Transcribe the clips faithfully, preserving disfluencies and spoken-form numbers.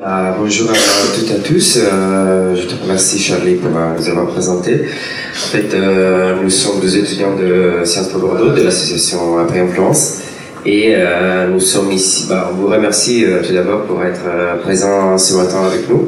Ah, bonjour à toutes et à tous, euh, je te remercie Charlie pour euh, nous avoir présenté. En fait, euh, nous sommes deux étudiants de Sciences Po Bordeaux, de l'association Après Influence, et euh, nous sommes ici, bah, on vous remercie euh, tout d'abord pour être euh, présents ce matin avec nous.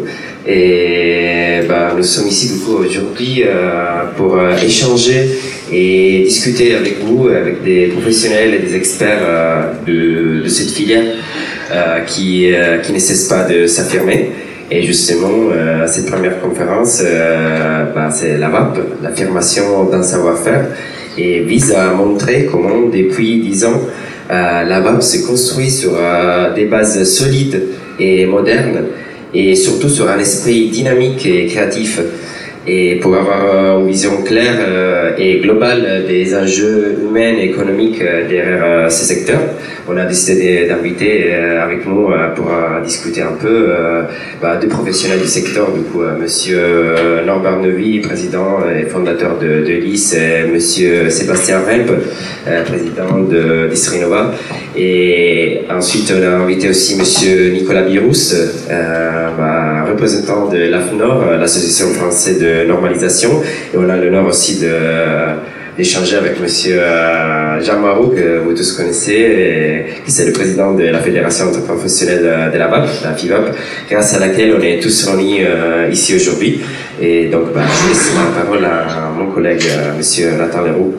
Et bah, nous sommes ici du coup aujourd'hui euh, pour euh, échanger et discuter avec vous, avec des professionnels et des experts euh, de, de cette filière euh, qui, euh, qui ne cesse pas de s'affirmer. Et justement, euh, cette première conférence, euh, bah, c'est la V A P, l'affirmation d'un savoir-faire, et vise à montrer comment depuis dix ans, euh, la V A P se construit sur euh, des bases solides et modernes, et surtout sur un esprit dynamique et créatif. Et pour avoir une vision claire euh, et globale des enjeux humains et économiques euh, derrière euh, ce secteur, on a décidé d'inviter euh, avec nous euh, pour euh, discuter un peu euh, bah, des professionnels du secteur, du coup, euh, monsieur euh, Norbert Neuvy, président et fondateur de, de l'I S, et monsieur Sébastien Remp, euh, président de d'Istrinova. Et ensuite, on a invité aussi monsieur Nicolas Birous, euh, bah, représentant de l'A F N O R, l'association française de normalisation, et on a l'honneur aussi de, d'échanger avec monsieur euh, Jean Marou, que vous tous connaissez, et qui c'est le président de la Fédération interprofessionnelle de la V A P, la F I V A P, grâce à laquelle on est tous réunis euh, ici aujourd'hui. Et donc, bah, je laisse la parole à mon collègue, euh, monsieur Nathan Leroux.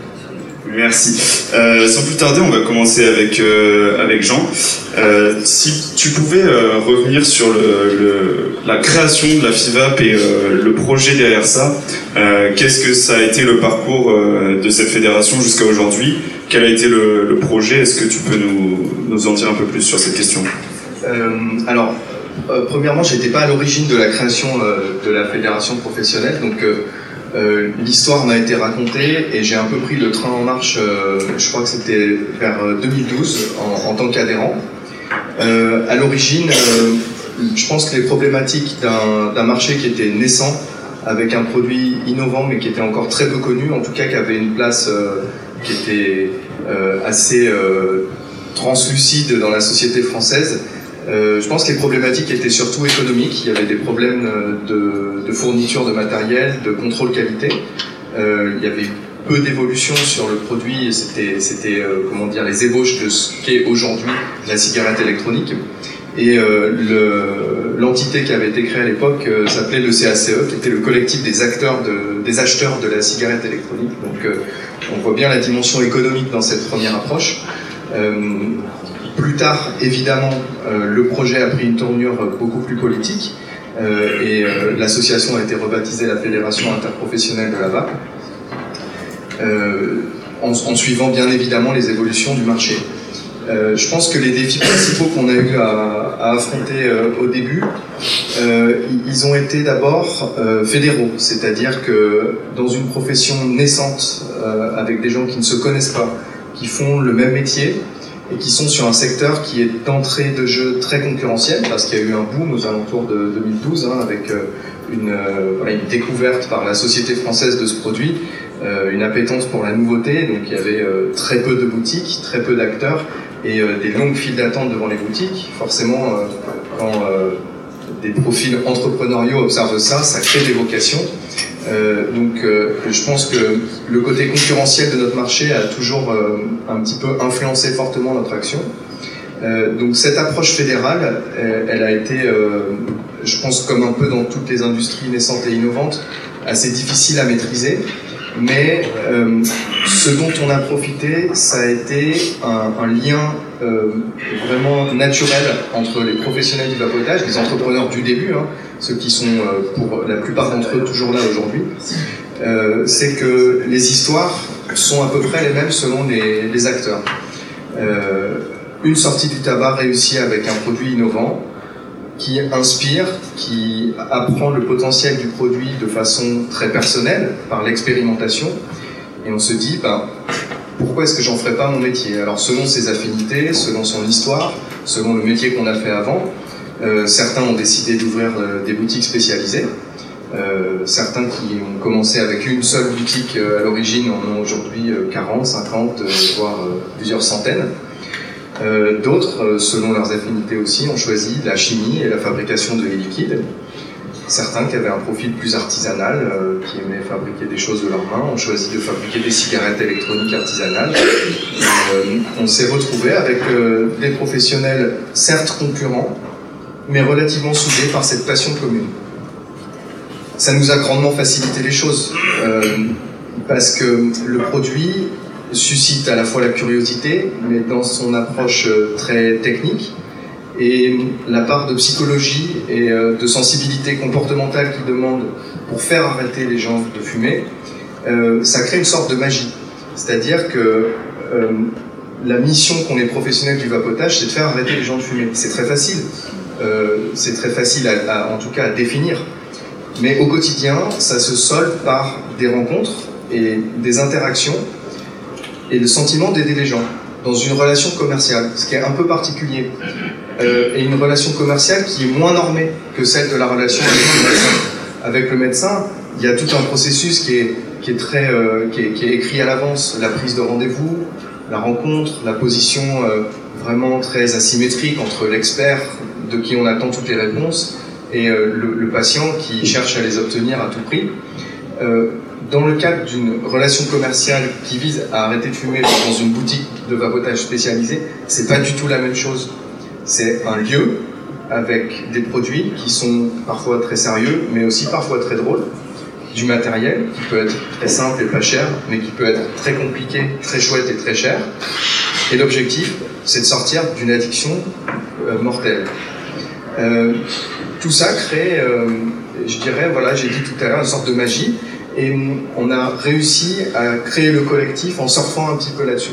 Merci. Euh, sans plus tarder, on va commencer avec, euh, avec Jean. Euh, si tu pouvais euh, revenir sur le, le, la création de la F I V A P et euh, le projet derrière ça, euh, qu'est-ce que ça a été le parcours euh, de cette fédération jusqu'à aujourd'hui? Quel a été le, le projet? Est-ce que tu peux nous, nous en dire un peu plus sur cette question? euh, Alors, euh, premièrement, j'étais pas à l'origine de la création euh, de la fédération professionnelle, donc euh, Euh, l'histoire m'a été racontée et j'ai un peu pris le train en marche, euh, je crois que c'était vers deux mille douze en, en tant qu'adhérent. Euh, à l'origine, euh, je pense que les problématiques d'un, d'un marché qui était naissant, avec un produit innovant mais qui était encore très peu connu, en tout cas qui avait une place euh, qui était euh, assez euh, translucide dans la société française. Euh, je pense que les problématiques étaient surtout économiques. Il y avait des problèmes de, de fourniture de matériel, de contrôle qualité. Euh, il y avait peu d'évolution sur le produit et c'était, c'était euh, comment dire, les ébauches de ce qu'est aujourd'hui la cigarette électronique. Et euh, le, l'entité qui avait été créée à l'époque euh, s'appelait le C A C E, qui était le collectif des acteurs, de, des acheteurs de la cigarette électronique. Donc euh, on voit bien la dimension économique dans cette première approche. Euh, Plus tard, évidemment, euh, le projet a pris une tournure beaucoup plus politique euh, et euh, l'association a été rebaptisée la Fédération interprofessionnelle de la V A P, euh, en, en suivant bien évidemment les évolutions du marché. Euh, je pense que les défis principaux qu'on a eu à, à affronter euh, au début, euh, ils ont été d'abord euh, fédéraux, c'est-à-dire que dans une profession naissante, euh, avec des gens qui ne se connaissent pas, qui font le même métier, et qui sont sur un secteur qui est d'entrée de jeu très concurrentiel, parce qu'il y a eu un boom aux alentours de deux mille douze, hein, avec une, euh, voilà, une découverte par la société française de ce produit, euh, une appétence pour la nouveauté, donc il y avait euh, très peu de boutiques, très peu d'acteurs, et euh, des longues files d'attente devant les boutiques. Forcément, euh, quand euh, des profils entrepreneuriaux observent ça, ça crée des vocations. Euh, donc euh, je pense que le côté concurrentiel de notre marché a toujours euh, un petit peu influencé fortement notre action. Euh, donc cette approche fédérale, elle, elle a été, euh, je pense comme un peu dans toutes les industries naissantes et innovantes, assez difficile à maîtriser. Mais euh, ce dont on a profité, ça a été un, un lien euh, vraiment naturel entre les professionnels du vapotage, les entrepreneurs du début, hein, ceux qui sont euh, pour la plupart d'entre eux toujours là aujourd'hui. Euh, c'est que les histoires sont à peu près les mêmes selon les, les acteurs. Euh, une sortie du tabac réussie avec un produit innovant, qui inspire, qui apprend le potentiel du produit de façon très personnelle, par l'expérimentation, et on se dit, ben, pourquoi est-ce que j'en ferais pas mon métier? Alors selon ses affinités, selon son histoire, selon le métier qu'on a fait avant, euh, certains ont décidé d'ouvrir euh, des boutiques spécialisées, euh, certains qui ont commencé avec une seule boutique euh, à l'origine en ont aujourd'hui euh, quarante, cinquante, euh, voire euh, plusieurs centaines. Euh, d'autres, euh, selon leurs affinités aussi, ont choisi la chimie et la fabrication de liquides. Certains qui avaient un profil plus artisanal, euh, qui aimaient fabriquer des choses de leurs mains, ont choisi de fabriquer des cigarettes électroniques artisanales. Euh, on s'est retrouvé avec euh, des professionnels certes concurrents, mais relativement soudés par cette passion commune. Ça nous a grandement facilité les choses, euh, parce que le produit suscite à la fois la curiosité, mais dans son approche très technique, et la part de psychologie et de sensibilité comportementale qu'il demande pour faire arrêter les gens de fumer, euh, ça crée une sorte de magie. C'est-à-dire que euh, la mission qu'ont les professionnels du vapotage, c'est de faire arrêter les gens de fumer. C'est très facile, euh, c'est très facile à, à, en tout cas à définir. Mais au quotidien, ça se solde par des rencontres et des interactions et le sentiment d'aider les gens dans une relation commerciale, ce qui est un peu particulier. Euh, et une relation commerciale qui est moins normée que celle de la relation avec le médecin. Avec le médecin, il y a tout un processus qui est, qui est, très, euh, qui est, qui est écrit à l'avance. La prise de rendez-vous, la rencontre, la position euh, vraiment très asymétrique entre l'expert de qui on attend toutes les réponses et euh, le, le patient qui cherche à les obtenir à tout prix. Euh, dans le cadre d'une relation commerciale qui vise à arrêter de fumer dans une boutique de vapotage spécialisée, c'est pas du tout la même chose. C'est un lieu avec des produits qui sont parfois très sérieux, mais aussi parfois très drôles, du matériel qui peut être très simple et pas cher, mais qui peut être très compliqué, très chouette et très cher. Et l'objectif, c'est de sortir d'une addiction euh, mortelle. Euh, tout ça crée, euh, je dirais, voilà, j'ai dit tout à l'heure, une sorte de magie, et on a réussi à créer le collectif en surfant un petit peu là-dessus.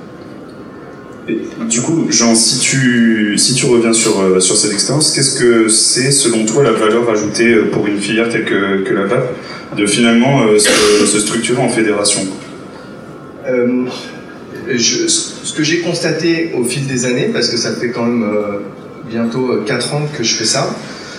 Et du coup, Jean, si tu, si tu reviens sur, euh, sur cette expérience, qu'est-ce que c'est, selon toi, la valeur ajoutée pour une filière telle que, que la vape, de finalement euh, se, se structurer en fédération? euh, je, Ce que j'ai constaté au fil des années, parce que ça fait quand même euh, bientôt quatre ans que je fais ça,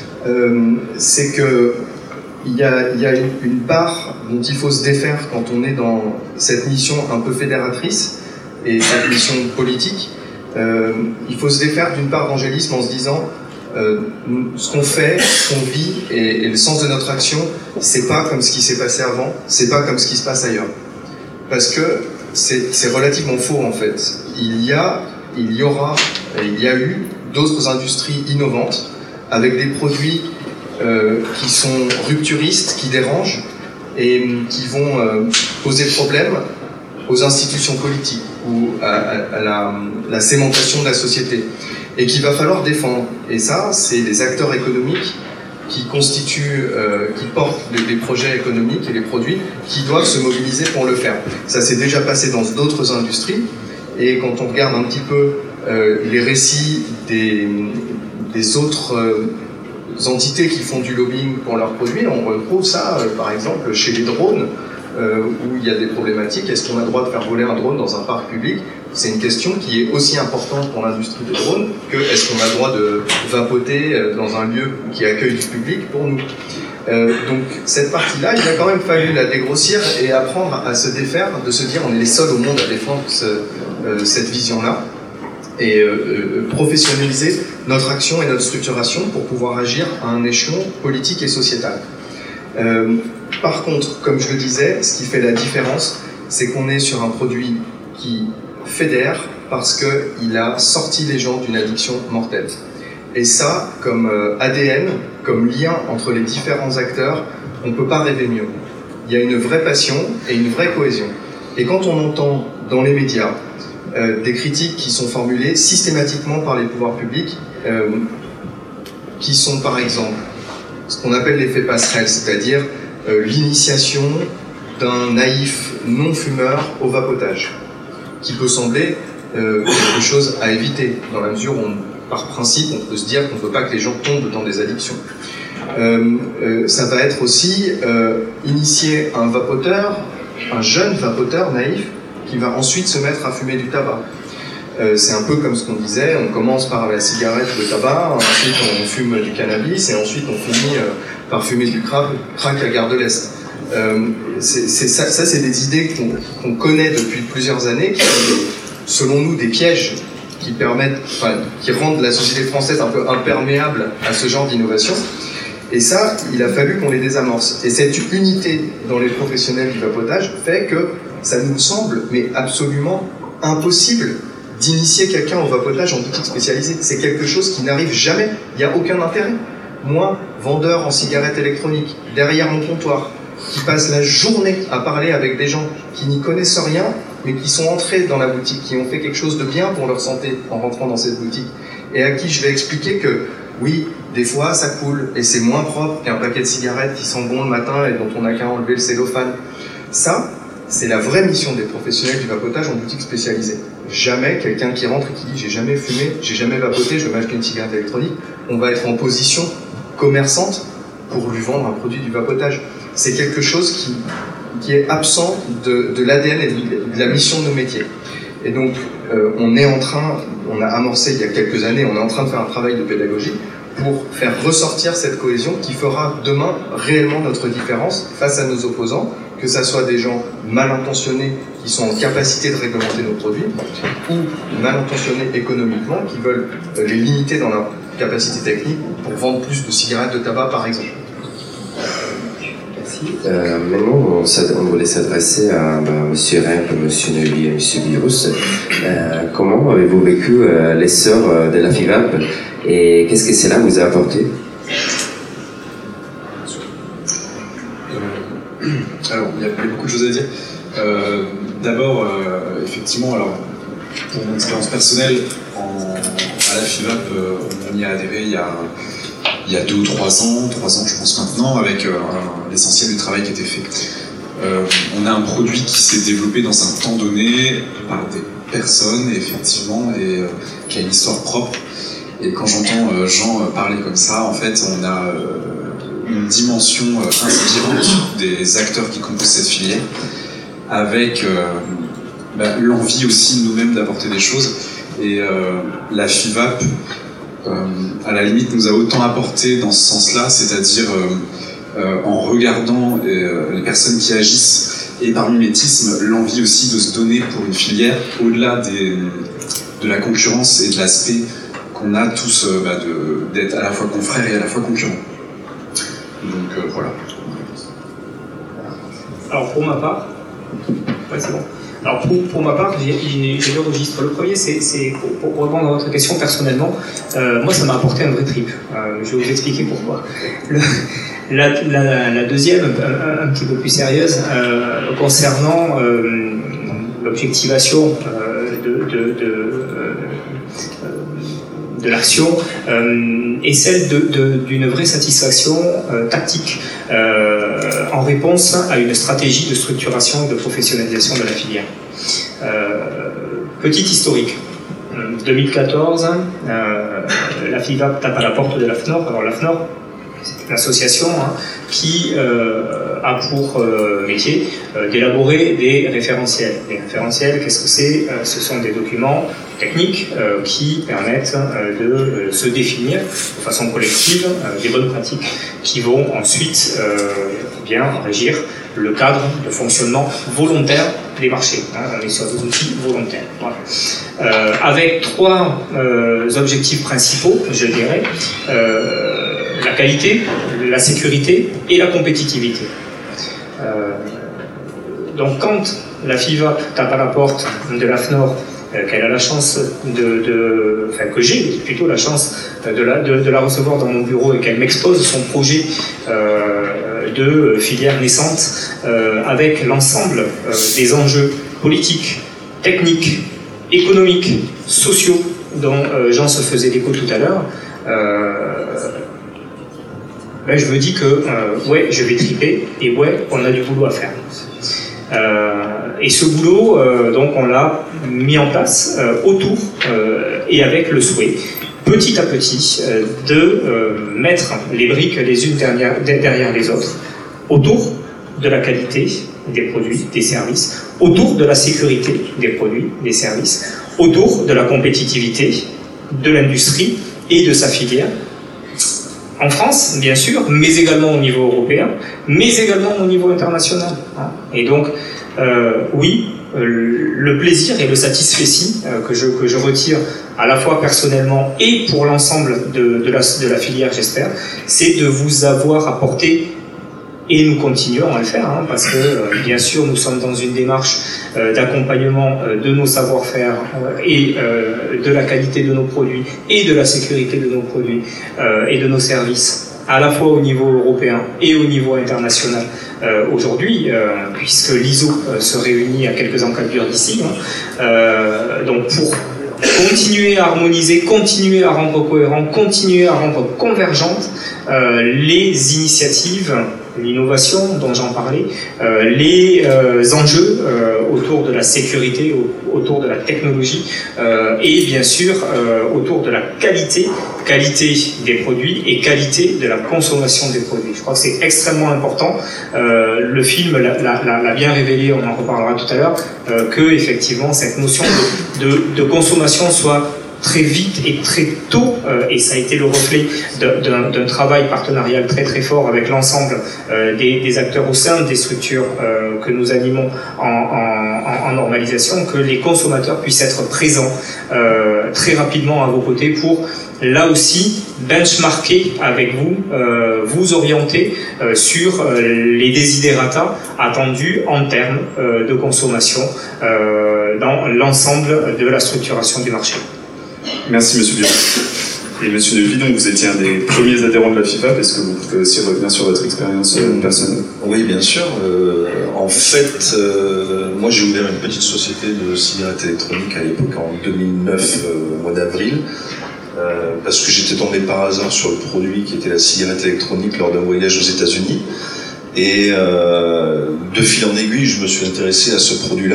euh, c'est que il y a, il y a une, une part dont il faut se défaire quand on est dans cette mission un peu fédératrice, et cette mission politique, euh, il faut se défaire d'une part d'angélisme en se disant euh, ce qu'on fait, ce qu'on vit et, et le sens de notre action, c'est pas comme ce qui s'est passé avant, c'est pas comme ce qui se passe ailleurs. Parce que c'est, c'est relativement faux en fait. Il y a, il y aura, et il y a eu d'autres industries innovantes avec des produits euh, qui sont rupturistes, qui dérangent et qui vont euh, poser problème aux institutions politiques ou à, à, à la, la sémentation de la société, et qu'il va falloir défendre. Et ça, c'est les acteurs économiques qui constituent, euh, qui portent les, les projets économiques et les produits, qui doivent se mobiliser pour le faire. Ça s'est déjà passé dans d'autres industries, et quand on regarde un petit peu euh, les récits des, des autres euh, entités qui font du lobbying pour leurs produits, on retrouve ça, euh, par exemple, chez les drones, Euh, où il y a des problématiques. Est-ce qu'on a le droit de faire voler un drone dans un parc public? C'est une question qui est aussi importante pour l'industrie des drones que est-ce qu'on a le droit de vapoter dans un lieu qui accueille du public pour nous. Euh, donc cette partie-là, il a quand même fallu la dégrossir et apprendre à se défaire, de se dire on est les seuls au monde à défendre ce, euh, cette vision-là, et euh, euh, professionnaliser notre action et notre structuration pour pouvoir agir à un échelon politique et sociétal. Euh, Par contre, comme je le disais, ce qui fait la différence, c'est qu'on est sur un produit qui fédère parce qu'il a sorti les gens d'une addiction mortelle. Et ça, comme A D N, comme lien entre les différents acteurs, on ne peut pas rêver mieux. Il y a une vraie passion et une vraie cohésion. Et quand on entend dans les médias euh, des critiques qui sont formulées systématiquement par les pouvoirs publics, euh, qui sont par exemple ce qu'on appelle l'effet passerelle, c'est-à-dire Euh, l'initiation d'un naïf non-fumeur au vapotage, qui peut sembler euh, quelque chose à éviter, dans la mesure où, on, par principe, on peut se dire qu'on ne veut pas que les gens tombent dans des addictions. Euh, euh, ça va être aussi euh, initier un vapoteur, un jeune vapoteur naïf, qui va ensuite se mettre à fumer du tabac. Euh, c'est un peu comme ce qu'on disait, on commence par la cigarette, le tabac, ensuite on fume du cannabis, et ensuite on finit euh, par fumer du crack, crack à Gare de l'Est. Euh, c'est, c'est ça, ça, c'est des idées qu'on, qu'on connaît depuis plusieurs années, qui sont, des, selon nous, des pièges qui permettent, enfin, qui rendent la société française un peu imperméable à ce genre d'innovation. Et ça, il a fallu qu'on les désamorce. Et cette unité dans les professionnels du vapotage fait que ça nous semble, mais absolument impossible, d'initier quelqu'un au vapotage en boutique spécialisée. C'est quelque chose qui n'arrive jamais. Il n'y a aucun intérêt. Moi, vendeur en cigarettes électroniques, derrière mon comptoir, qui passe la journée à parler avec des gens qui n'y connaissent rien, mais qui sont entrés dans la boutique, qui ont fait quelque chose de bien pour leur santé en rentrant dans cette boutique, et à qui je vais expliquer que, oui, des fois ça coule, et c'est moins propre qu'un paquet de cigarettes qui sent bon le matin et dont on n'a qu'à enlever le cellophane. Ça, c'est la vraie mission des professionnels du vapotage en boutique spécialisée. Jamais quelqu'un qui rentre et qui dit « j'ai jamais fumé, j'ai jamais vapoté, je vais m'acheter une cigarette électronique », on va être en position commerçante pour lui vendre un produit du vapotage. C'est quelque chose qui, qui est absent de, de l'A D N et de la mission de nos métiers. Et donc, euh, on est en train, on a amorcé il y a quelques années, on est en train de faire un travail de pédagogie pour faire ressortir cette cohésion qui fera demain réellement notre différence face à nos opposants, que ça soit des gens mal intentionnés qui sont en capacité de réglementer nos produits, ou mal intentionnés économiquement qui veulent les limiter dans leur capacité technique pour vendre plus de cigarettes de tabac, par exemple. Merci. Euh, maintenant, on, on voulait s'adresser à bah, M. Rimp, M. Neuilly et M. Virus. Euh, comment avez-vous vécu euh, l'essor euh, de la FIVAP et qu'est-ce que cela vous a apporté? Alors, il y a beaucoup de choses à dire. Euh, D'abord, euh, effectivement, alors, pour mon expérience personnelle, en, à la FIVAP, euh, on y a adhéré il y a, il y a deux ou trois ans, trois ans je pense maintenant, avec euh, l'essentiel du travail qui a été fait. Euh, on a un produit qui s'est développé dans un temps donné par des personnes, effectivement, et euh, qui a une histoire propre. Et quand j'entends euh, Jean parler comme ça, en fait, on a euh, une dimension euh, inspirante des acteurs qui composent cette filière, avec euh, bah, l'envie aussi nous-mêmes d'apporter des choses. Et euh, la FIVAP, euh, à la limite, nous a autant apporté dans ce sens-là, c'est-à-dire euh, euh, en regardant euh, les personnes qui agissent, et par mimétisme, l'envie aussi de se donner pour une filière, au-delà des, de la concurrence et de l'aspect qu'on a tous euh, bah, d'être à la fois confrères et à la fois concurrents. Donc euh, voilà. Alors pour ma part, ouais, c'est bon. Alors pour, pour ma part, j'ai deux registres. Le premier, c'est pour, pour répondre à votre question personnellement. Euh, moi, ça m'a apporté un vrai trip. Euh, je vais vous expliquer pourquoi. Le, la, la, la deuxième, un, un petit peu plus sérieuse, euh, concernant euh, l'objectivation euh, de, de, de, euh, de l'action euh, est celle d'une vraie satisfaction euh, tactique euh, en réponse à une stratégie de structuration et de professionnalisation de la filière. Euh, petit historique. deux mille quatorze, euh, la FIVAP tape à la porte de l'A F N O R. Alors l'A F N O R, c'est une association hein, qui euh, a pour euh, métier euh, d'élaborer des référentiels. Les référentiels, qu'est-ce que c'est? euh, Ce sont des documents techniques euh, qui permettent euh, de euh, se définir de façon collective euh, des bonnes pratiques qui vont ensuite euh, bien régir le cadre de fonctionnement volontaire des marchés. Hein, on est sur des outils volontaires. Voilà. Euh, avec trois euh, objectifs principaux, je dirais. Euh, la qualité, la sécurité et la compétitivité. Euh, donc quand la FIVAP tape à la porte de l'A F N O R, euh, qu'elle a la chance de, de enfin que j'ai plutôt la chance de la, de, de la recevoir dans mon bureau et qu'elle m'expose son projet euh, de filière naissante euh, avec l'ensemble euh, des enjeux politiques, techniques, économiques, sociaux dont euh, Jean se faisait l'écho tout à l'heure, euh, ben je me dis que euh, ouais, je vais triper et ouais, on a du boulot à faire. Euh, et ce boulot, euh, donc, on l'a mis en place euh, autour euh, et avec le souhait, petit à petit, euh, de euh, mettre les briques les unes derrière, derrière les autres, autour de la qualité des produits, des services, autour de la sécurité des produits, des services, autour de la compétitivité de l'industrie et de sa filière, en France, bien sûr, mais également au niveau européen, mais également au niveau international. Et donc, euh, oui, le plaisir et le satisfecit euh, que, je, que je retire à la fois personnellement et pour l'ensemble de, de, la, de la filière, j'espère, c'est de vous avoir apporté, et nous continuons à le faire, hein, parce que euh, bien sûr nous sommes dans une démarche euh, d'accompagnement euh, de nos savoir-faire euh, et euh, de la qualité de nos produits et de la sécurité de nos produits euh, et de nos services, à la fois au niveau européen et au niveau international euh, aujourd'hui, euh, puisque l'I S O euh, se réunit à quelques encablures d'ici. Hein, euh, donc pour continuer à harmoniser, continuer à rendre cohérent, continuer à rendre convergentes euh, les initiatives, l'innovation dont j'en parlais, euh, les euh, enjeux euh, autour de la sécurité, au, autour de la technologie euh, et bien sûr euh, autour de la qualité, qualité des produits et qualité de la consommation des produits. Je crois que c'est extrêmement important. Euh, le film l'a, l'a, l'a bien révélé, on en reparlera tout à l'heure, euh, que effectivement cette notion de, de, de consommation soit très vite et très tôt, euh, et ça a été le reflet d'un, d'un travail partenarial très très fort avec l'ensemble euh, des, des acteurs au sein des structures euh, que nous animons en, en, en normalisation, que les consommateurs puissent être présents euh, très rapidement à vos côtés pour là aussi benchmarker avec vous, euh, vous orienter euh, sur euh, les desiderata attendus en termes euh, de consommation euh, dans l'ensemble de la structuration du marché. Merci Monsieur Bidon. Et Monsieur Devis, donc vous étiez un des premiers adhérents de la FIFA, est-ce que vous pouvez aussi revenir sur votre expérience euh, personnelle? Oui, bien sûr. Euh, en fait, euh, moi j'ai ouvert une petite société de cigarettes électroniques à l'époque, en deux mille neuf, euh, au mois d'avril, euh, parce que j'étais tombé par hasard sur le produit qui était la cigarette électronique lors d'un voyage aux États-Unis. Et euh, de fil en aiguille, je me suis intéressé à ce produit-là.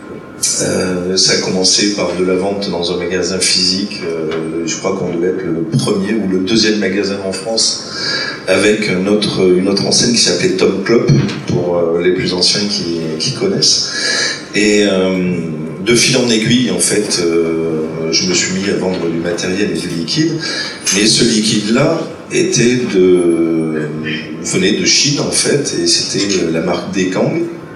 Euh, ça a commencé par de la vente dans un magasin physique. Euh, je crois qu'on devait être le premier ou le deuxième magasin en France, avec une autre, une autre enseigne qui s'appelait Tom Club, pour euh, les plus anciens qui, qui connaissent. Et euh, de fil en aiguille, en fait, euh, je me suis mis à vendre du matériel et du liquide. Mais ce liquide-là était de, venait de Chine, en fait, et c'était la marque Dekang.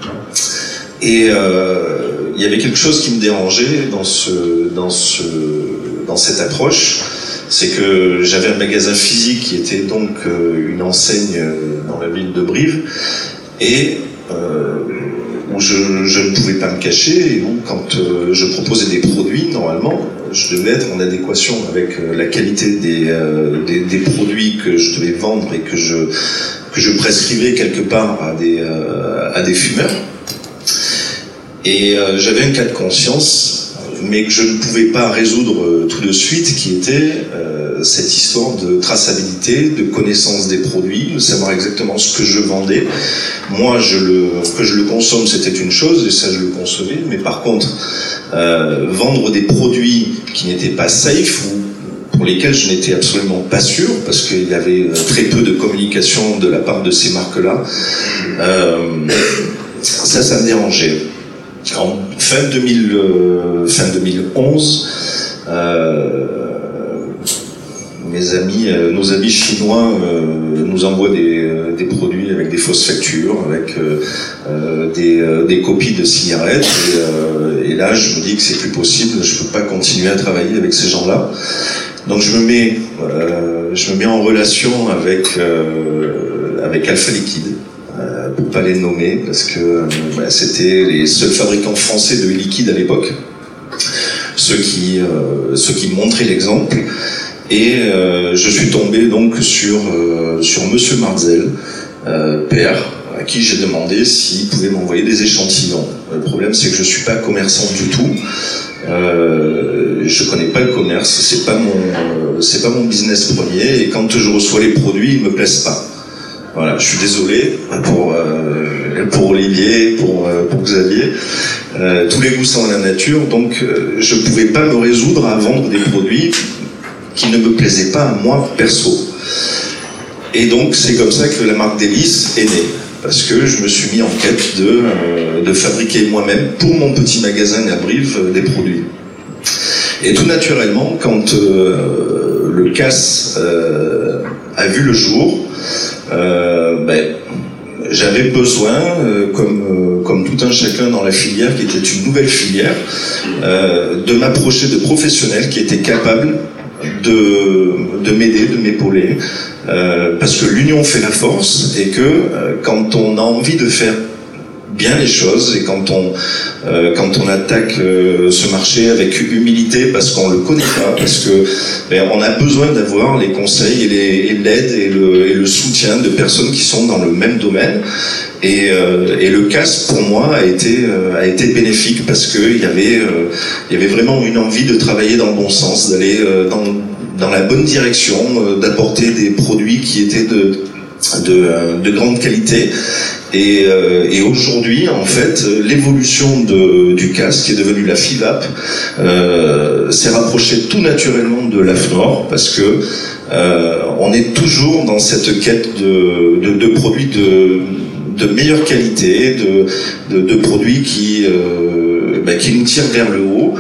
Et euh, il y avait quelque chose qui me dérangeait dans ce, dans ce, dans cette approche, c'est que j'avais un magasin physique qui était donc euh, une enseigne dans la ville de Brive, et euh, où je, je ne pouvais pas me cacher, et où quand euh, je proposais des produits, normalement, je devais être en adéquation avec euh, la qualité des, euh, des, des produits que je devais vendre et que je, que je prescrivais quelque part à des, euh, à des fumeurs. Et euh, j'avais un cas de conscience, mais que je ne pouvais pas résoudre euh, tout de suite, qui était euh, cette histoire de traçabilité, de connaissance des produits, de savoir exactement ce que je vendais. Moi, je le, que je le consomme, c'était une chose, et ça, je le concevais. Mais par contre, euh, vendre des produits qui n'étaient pas safe, ou pour lesquels je n'étais absolument pas sûr, parce qu'il y avait très peu de communication de la part de ces marques-là, euh, ça, ça me dérangeait. En fin, deux mille, euh, fin deux mille onze, euh, mes amis, euh, nos amis chinois euh, nous envoient des, euh, des produits avec des fausses factures, avec euh, euh, des, euh, des copies de cigarettes. Et, euh, et là, je me dis que c'est plus possible, je peux pas continuer à travailler avec ces gens-là. Donc je me mets, euh, je me mets en relation avec euh, avec Alpha Liquide. Pour pas les nommer, parce que euh, bah, c'était les seuls fabricants français de liquide à l'époque, ceux qui, euh, ceux qui montraient l'exemple, et euh, je suis tombé donc sur, euh, sur Monsieur Marzel, euh, père, à qui j'ai demandé s'il pouvait m'envoyer des échantillons. Le problème, c'est que je suis pas commerçant du tout, euh, je connais pas le commerce, c'est pas mon, euh, c'est pas mon business premier, et quand je reçois les produits, ils me plaisent pas. Voilà, je suis désolé pour, euh, pour Olivier, pour, euh, pour Xavier. Euh, tous les goûts sont à la nature, donc euh, je ne pouvais pas me résoudre à vendre des produits qui ne me plaisaient pas à moi perso. Et donc c'est comme ça que la marque Délice est née, parce que je me suis mis en quête de, euh, de fabriquer moi-même pour mon petit magasin à Brive euh, des produits. Et tout naturellement, quand euh, le C A S euh, a vu le jour, Euh, ben, j'avais besoin, euh, comme, euh, comme comme tout un chacun dans la filière, qui était une nouvelle filière, euh, de m'approcher de professionnels qui étaient capables de, de m'aider, de m'épauler, euh, parce que l'union fait la force, et que euh, quand on a envie de faire bien les choses, et quand on euh, quand on attaque euh, ce marché avec humilité, parce qu'on le connaît pas, parce que ben, on a besoin d'avoir les conseils et les, et l'aide et le, et le soutien de personnes qui sont dans le même domaine. Et, euh, et le C A S pour moi a été euh, a été bénéfique, parce que il y avait euh, il y avait vraiment une envie de travailler dans le bon sens, d'aller euh, dans dans la bonne direction, euh, d'apporter des produits qui étaient de de, de grande qualité. Et, euh, et aujourd'hui, en fait, l'évolution de, du C A S, qui est devenu la FIVAP, euh, s'est rapprochée tout naturellement de l'A F N O R, parce que euh, on est toujours dans cette quête de, de, de produits de, de meilleure qualité, de, de, de produits qui, euh, bah, qui nous tirent vers le haut.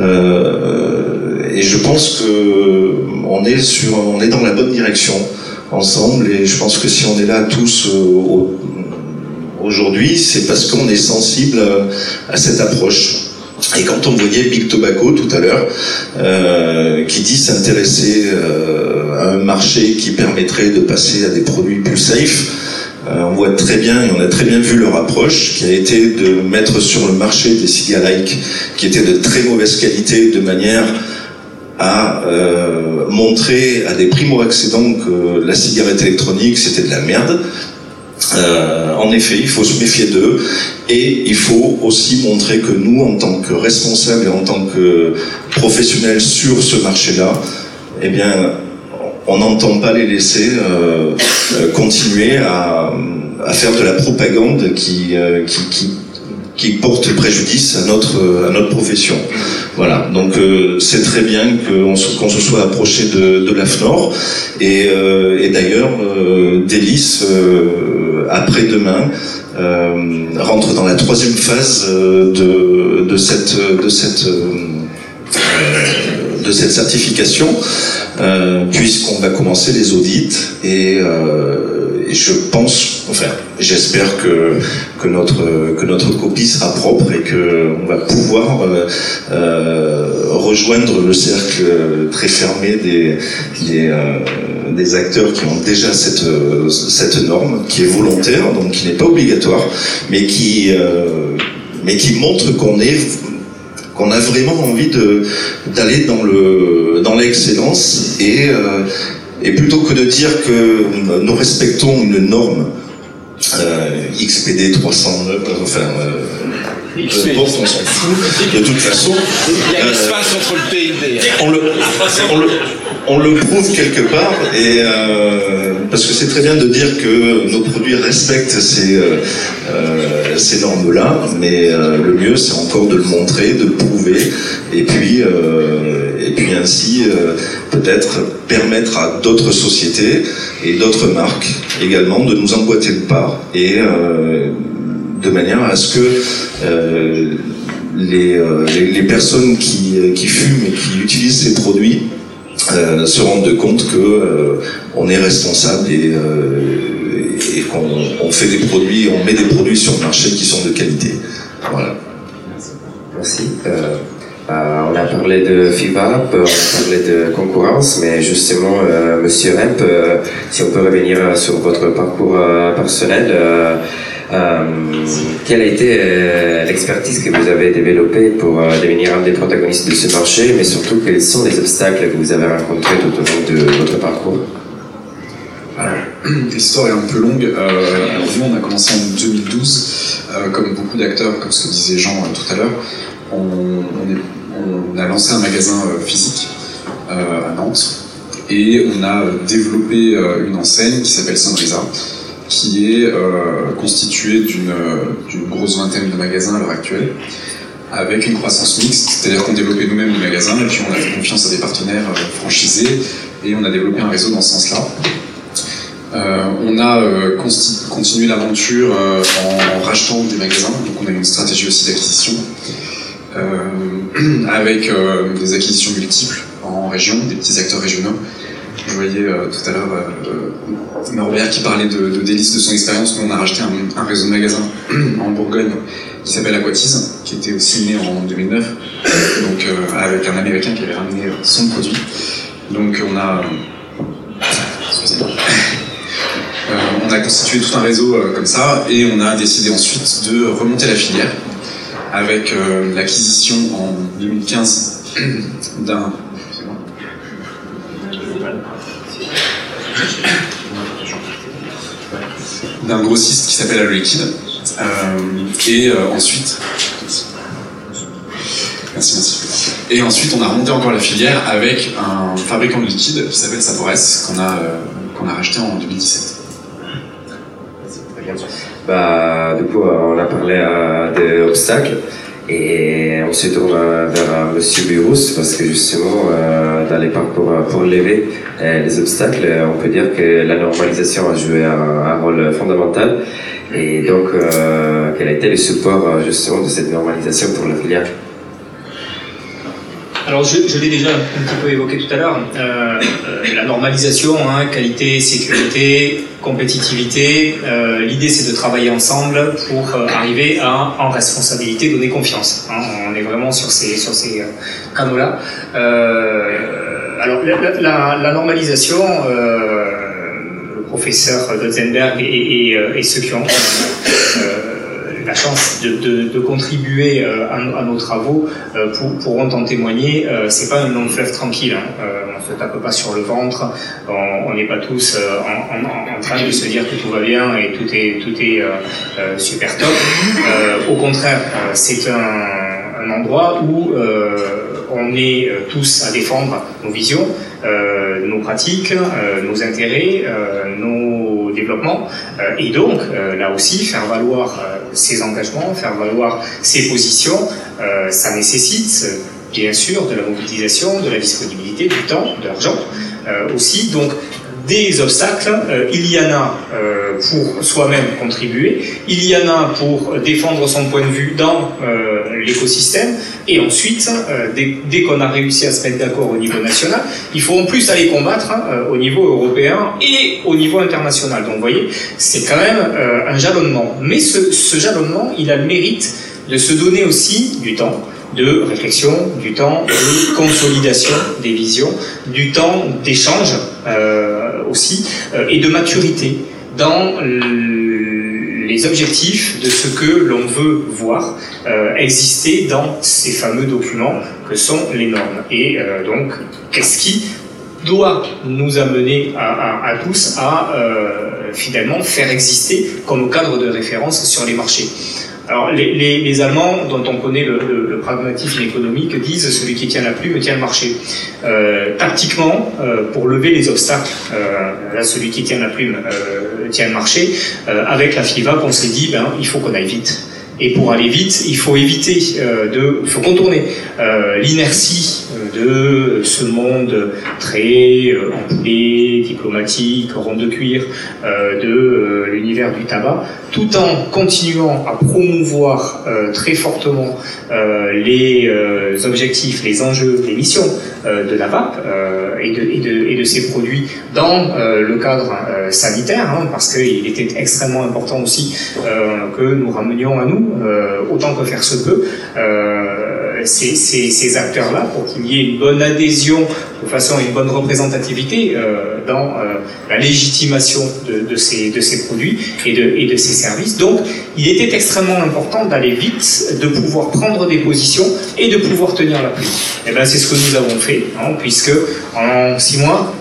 Euh, et je pense que on est sur, on est dans la bonne direction ensemble. Et je pense que si on est là tous euh, au aujourd'hui, c'est parce qu'on est sensible à cette approche. Et quand on voyait Big Tobacco tout à l'heure, euh, qui dit s'intéresser euh, à un marché qui permettrait de passer à des produits plus safe, euh, on voit très bien, et on a très bien vu leur approche, qui a été de mettre sur le marché des cigarettes qui étaient de très mauvaise qualité, de manière à euh, montrer à des primo-accédants que la cigarette électronique c'était de la merde. Euh, en effet, il faut se méfier d'eux, et il faut aussi montrer que nous, en tant que responsables et en tant que professionnels sur ce marché-là, eh bien, on n'entend pas les laisser euh, continuer à, à faire de la propagande qui, euh, qui, qui, qui porte préjudice à notre, à notre profession. Voilà, donc euh, c'est très bien qu'on se, qu'on se soit approché de, de l'A F N O R, et, euh, et d'ailleurs, euh, Délice, euh, après-demain, euh, rentre dans la troisième phase euh, de, de cette, de cette, euh, de cette certification, euh, puisqu'on va commencer les audits, et, euh, et je pense, enfin, j'espère que, que, notre, que notre copie sera propre, et qu'on va pouvoir euh, euh, rejoindre le cercle très fermé des, des, euh, des acteurs qui ont déjà cette, cette norme, qui est volontaire, donc qui n'est pas obligatoire, mais qui, euh, mais qui montre qu'on est qu'on a vraiment envie de d'aller dans le dans l'excellence, et euh, et plutôt que de dire que nous respectons une norme euh, X P D trois cent neuf, enfin euh, euh, bon, on s'en fout de toute façon. Il y a l'espace entre le P I B. On le, on le, on le prouve quelque part, et euh, parce que c'est très bien de dire que nos produits respectent ces, euh, euh, ces normes-là, mais euh, le mieux c'est encore de le montrer, de le prouver, et puis, euh, et puis ainsi euh, peut-être permettre à d'autres sociétés et d'autres marques également de nous emboîter le pas, et euh, de manière à ce que euh, les, euh, les, les personnes qui, qui fument et qui utilisent ces produits euh, se rendent compte que euh, on est responsable, et, euh, et qu'on on fait des produits, on met des produits sur le marché qui sont de qualité. Voilà. Merci. Euh, euh, on a parlé de FIVAP, on a parlé de concurrence, mais justement, euh, Monsieur Remp, euh, si on peut revenir sur votre parcours euh, personnel. Euh, Euh, quelle a été euh, l'expertise que vous avez développée pour euh, devenir un des protagonistes de ce marché, mais surtout quels sont les obstacles que vous avez rencontrés tout au long de votre parcours? Alors, l'histoire est un peu longue. Euh, alors nous, on a commencé en deux mille douze, euh, comme beaucoup d'acteurs, comme ce que disait Jean euh, tout à l'heure. On, on, est, on a lancé un magasin euh, physique euh, à Nantes, et on a développé euh, une enseigne qui s'appelle Sandrisa, qui est euh, constituée d'une, d'une grosse vingtaine de magasins à l'heure actuelle, avec une croissance mixte, c'est-à-dire qu'on développait nous-mêmes les magasins, et puis on a fait confiance à des partenaires euh, franchisés, et on a développé un réseau dans ce sens-là. Euh, on a euh, consti- continué l'aventure euh, en, en rachetant des magasins, donc on a une stratégie aussi d'acquisition, euh, avec euh, des acquisitions multiples en région, des petits acteurs régionaux, Je voyais euh, tout à l'heure euh, Robert qui parlait de, de délices de son expérience. Nous, on a racheté un, un réseau de magasins en Bourgogne qui s'appelle Aquatise, qui était aussi né en deux mille neuf, donc euh, avec un Américain qui avait ramené son produit. Donc on a, excusez-moi, euh, on a constitué tout un réseau euh, comme ça, et on a décidé ensuite de remonter la filière avec euh, l'acquisition en deux mille quinze d'un d'un grossiste qui s'appelle Allo Liquide, euh, et euh, ensuite merci merci et ensuite on a remonté encore la filière avec un fabricant de liquide qui s'appelle Sapores, qu'on a euh, qu'on a racheté en deux mille dix-sept. Bah, du coup, on a parlé euh, des obstacles et on se tourne vers euh, Monsieur Burous parce que justement, euh, dans les parcours pour lever euh, les obstacles, on peut dire que la normalisation a joué un, un rôle fondamental. Et donc, euh, quel a été le support justement de cette normalisation pour la filière? Alors, je, je l'ai déjà un petit peu évoqué tout à l'heure. Euh, euh, la normalisation, hein, qualité, sécurité, compétitivité. Euh, l'idée, c'est de travailler ensemble pour euh, arriver à, en responsabilité, donner confiance. Hein. On est vraiment sur ces, sur ces euh, canaux-là. Euh, alors, la, la, la normalisation, euh, le professeur Dotzenberg et, et, et ceux qui ont euh, la chance de, de, de contribuer euh, à, à nos travaux euh, pour, pourront en témoigner. Euh, c'est pas un long fleuve tranquille, hein. Euh, on se tape pas sur le ventre, on n'est pas tous euh, en, en, en train de se dire que tout va bien et tout est, tout est euh, euh, super top. Euh, au contraire, euh, c'est un, un endroit où euh, on est euh, tous à défendre nos visions, euh, nos pratiques, euh, nos intérêts, euh, nos développements, euh, et donc euh, là aussi faire valoir euh, ses engagements, faire valoir ses positions. Euh, ça nécessite euh, bien sûr de la mobilisation, de la disponibilité, du temps, de l'argent euh, aussi. Donc des obstacles, euh, il y en a euh, pour soi-même contribuer, il y en a pour défendre son point de vue dans euh, l'écosystème, et ensuite, euh, dès, dès qu'on a réussi à se mettre d'accord au niveau national, il faut en plus aller combattre euh, au niveau européen et au niveau international. Donc vous voyez, c'est quand même euh, un jalonnement. Mais ce, ce jalonnement, il a le mérite de se donner aussi du temps de réflexion, du temps de consolidation des visions, du temps d'échange euh, aussi, euh, et de maturité dans les objectifs de ce que l'on veut voir euh, exister dans ces fameux documents que sont les normes. Et euh, donc, qu'est-ce qui doit nous amener à, à, à tous à euh, finalement faire exister comme cadre de référence sur les marchés. Alors, les, les, les Allemands, dont on connaît le, le, le pragmatisme économique, disent « celui qui tient la plume tient le marché euh, ». Tactiquement, euh, pour lever les obstacles, euh, là, celui qui tient la plume euh, tient le marché. Euh, avec la FIVAP, on s'est dit ben, il faut qu'on aille vite. Et pour aller vite, il faut éviter euh, de, il faut contourner euh, l'inertie de ce monde très euh, ampoulé, diplomatique, rond de cuir, euh, de euh, l'univers du tabac, tout en continuant à promouvoir euh, très fortement euh, les euh, objectifs, les enjeux, les missions euh, de la V A P euh, et, de, et, de, et de ses produits dans euh, le cadre euh, sanitaire, hein, parce qu'il était extrêmement important aussi euh, que nous ramenions à nous, euh, autant que faire se peut, euh, ces, ces, ces acteurs-là pour qu'il y ait une bonne adhésion, de façon à une bonne représentativité euh, dans euh, la légitimation de, de, ces, de ces produits et de, et de ces services. Donc, il était extrêmement important d'aller vite, de pouvoir prendre des positions et de pouvoir tenir la plume. Et ben, c'est ce que nous avons fait, hein, puisque en six mois,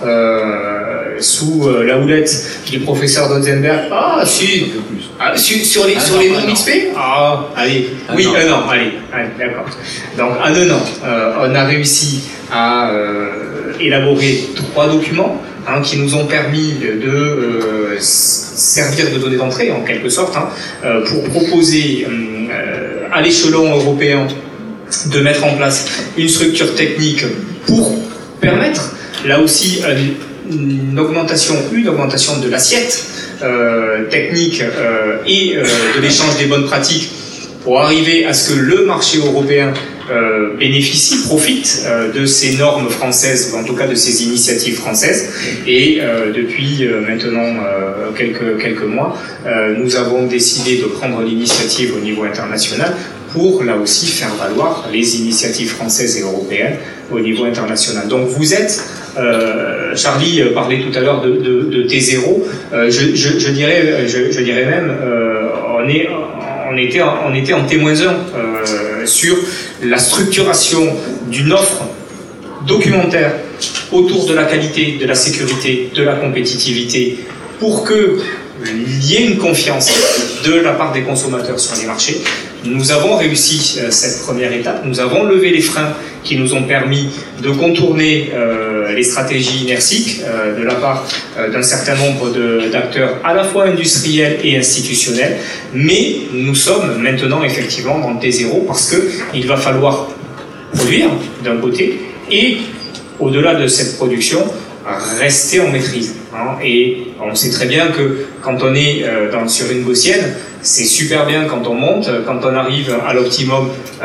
euh, sous euh, la houlette du professeur Dotzenberg, ah si, ah, sur, sur les, ah, sur non, les normes X P, ah, allez, ah, oui, un an, allez, allez d'accord. Donc, en un an, euh, on a réussi à euh, élaborer trois documents hein, qui nous ont permis de, de euh, servir de données d'entrée, en quelque sorte, hein, euh, pour proposer euh, à l'échelon européen de mettre en place une structure technique pour permettre, là aussi, une, une augmentation, une augmentation de l'assiette euh, technique euh, et euh, de l'échange des bonnes pratiques pour arriver à ce que le marché européen euh, bénéficient, profitent euh, de ces normes françaises, ou en tout cas de ces initiatives françaises. Et euh, depuis euh, maintenant euh, quelques, quelques mois, euh, nous avons décidé de prendre l'initiative au niveau international pour, là aussi, faire valoir les initiatives françaises et européennes au niveau international. Donc vous êtes, euh, Charlie parlait tout à l'heure de, de, de T zéro, euh, je, je, je, dirais, je, je dirais même, euh, on, est, on, était, on était en témoin un euh, sur la structuration d'une offre documentaire autour de la qualité, de la sécurité, de la compétitivité, pour que il y ait une confiance de la part des consommateurs sur les marchés. Nous avons réussi euh, cette première étape, nous avons levé les freins qui nous ont permis de contourner euh, les stratégies inertiques euh, de la part euh, d'un certain nombre d'acteurs à la fois industriels et institutionnels, mais nous sommes maintenant effectivement dans le T zéro parce qu'il va falloir produire d'un côté et au-delà de cette production, rester en maîtrise. Hein, et on sait très bien que quand on est euh, dans, sur une gaussienne, c'est super bien quand on monte, quand on arrive à l'optimum,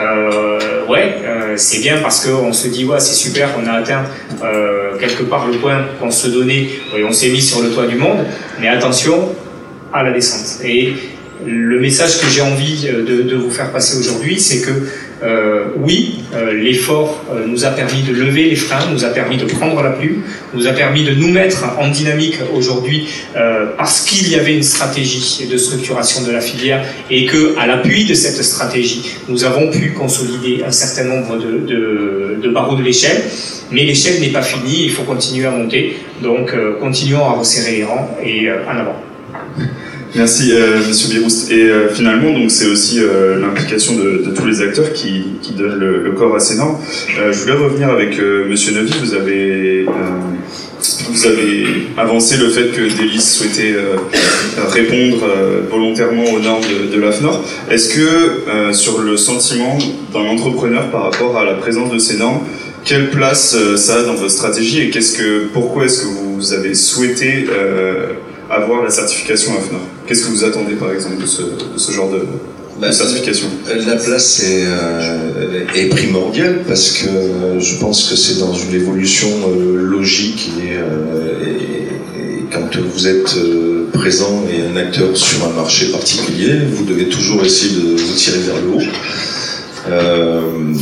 euh, ouais, euh, c'est bien parce qu'on se dit ouais c'est super, on a atteint euh, quelque part le point qu'on se donnait et on s'est mis sur le toit du monde, mais attention à la descente. Et le message que j'ai envie de, de vous faire passer aujourd'hui, c'est que euh, oui, euh, l'effort euh, nous a permis de lever les freins, nous a permis de prendre la plume, nous a permis de nous mettre en dynamique aujourd'hui euh, parce qu'il y avait une stratégie de structuration de la filière et que, à l'appui de cette stratégie, nous avons pu consolider un certain nombre de, de, de barreaux de l'échelle. Mais l'échelle n'est pas finie, il faut continuer à monter. Donc, euh, continuons à resserrer les rangs et euh, en avant. Merci, euh, Monsieur Biroust. Et euh, finalement, donc c'est aussi euh, l'implication de, de tous les acteurs qui, qui donnent le, le corps à ces normes. Euh, je voulais revenir avec euh, Monsieur Neuvy. Vous avez, euh, vous avez avancé le fait que Delis souhaitait euh, répondre euh, volontairement aux normes de, de l'A F N O R. Est-ce que, euh, sur le sentiment d'un entrepreneur par rapport à la présence de ces normes, quelle place euh, ça a dans votre stratégie et qu'est-ce que, pourquoi est-ce que vous avez souhaité euh, avoir la certification A F N O R? Qu'est-ce que vous attendez par exemple de ce, de ce genre de, bah, de certification? La place est, euh, est primordiale parce que je pense que c'est dans une évolution euh, logique et, euh, et, et quand vous êtes euh, présent et un acteur sur un marché particulier, vous devez toujours essayer de vous tirer vers le haut. Euh,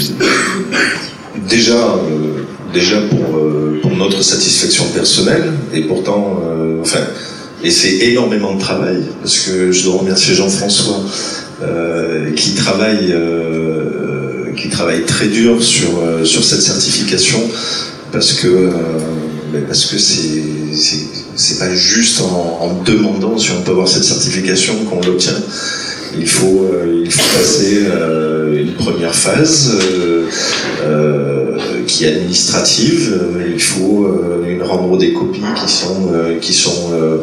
déjà, euh, déjà pour, euh, pour notre satisfaction personnelle et pourtant, euh, enfin. Et c'est énormément de travail, parce que je dois remercier Jean-François euh, qui travaille, euh, qui travaille très dur sur euh, sur cette certification, parce que euh, parce que c'est c'est c'est pas juste en, en demandant si on peut avoir cette certification qu'on l'obtient. Il faut euh, il faut passer euh, une première phase euh, euh, qui est administrative. Il faut euh, une rendre des copies qui sont euh, qui sont euh,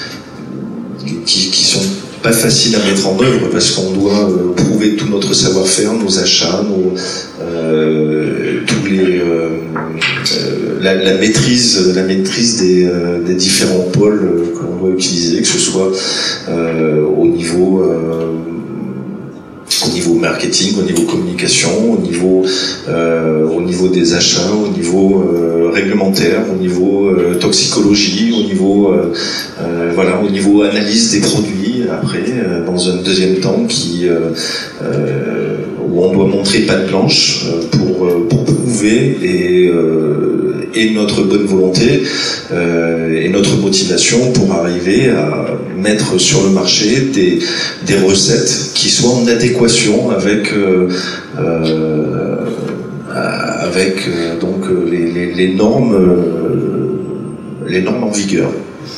qui, qui sont pas faciles à mettre en œuvre parce qu'on doit euh, prouver tout notre savoir-faire, nos achats, nos euh, tous les euh, euh, la, la maîtrise la maîtrise des, euh, des différents pôles euh, que l'on doit utiliser, que ce soit euh, au niveau euh, au niveau marketing, au niveau communication, au niveau, euh, au niveau des achats, au niveau euh, réglementaire, au niveau euh, toxicologie, au niveau, euh, euh, voilà, au niveau analyse des produits. Après, euh, dans un deuxième temps, qui, euh, euh, où on doit montrer patte blanche euh, pour, euh, pour prouver et euh, et notre bonne volonté euh, et notre motivation pour arriver à mettre sur le marché des, des recettes qui soient en adéquation avec euh, euh, avec euh, donc les, les, les normes euh, les normes en vigueur.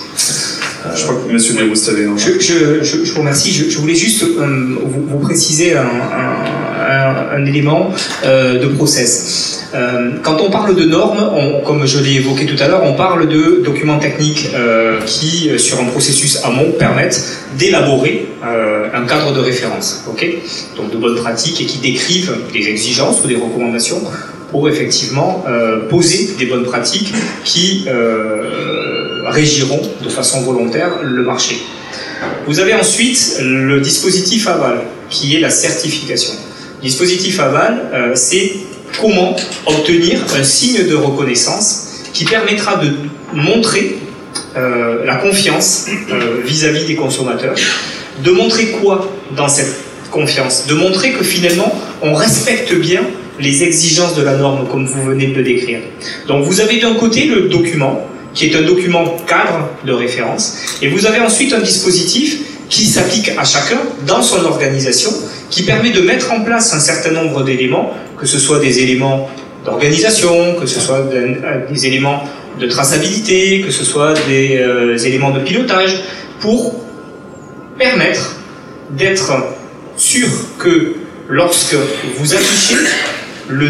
Je crois que Monsieur Biroust avait un... Je, je, je, je vous remercie. Je, je voulais juste euh, vous, vous préciser un, un, un, un élément euh, de process. Euh, quand on parle de normes, on, comme je l'ai évoqué tout à l'heure, on parle de documents techniques euh, qui, sur un processus amont, permettent d'élaborer euh, un cadre de référence, okay, donc de bonnes pratiques et qui décrivent des exigences ou des recommandations pour effectivement euh, poser des bonnes pratiques qui euh, régiront de façon volontaire le marché. Vous avez ensuite le dispositif aval, qui est la certification. Dispositif aval, euh, c'est comment obtenir un signe de reconnaissance qui permettra de montrer euh, la confiance euh, vis-à-vis des consommateurs. De montrer quoi dans cette confiance? De montrer que finalement, on respecte bien les exigences de la norme, comme vous venez de le décrire. Donc vous avez d'un côté le document, qui est un document cadre de référence, et vous avez ensuite un dispositif qui s'applique à chacun dans son organisation, qui permet de mettre en place un certain nombre d'éléments, que ce soit des éléments d'organisation, que ce soit des éléments de traçabilité, que ce soit des euh, éléments de pilotage, pour permettre d'être sûr que lorsque vous affichez le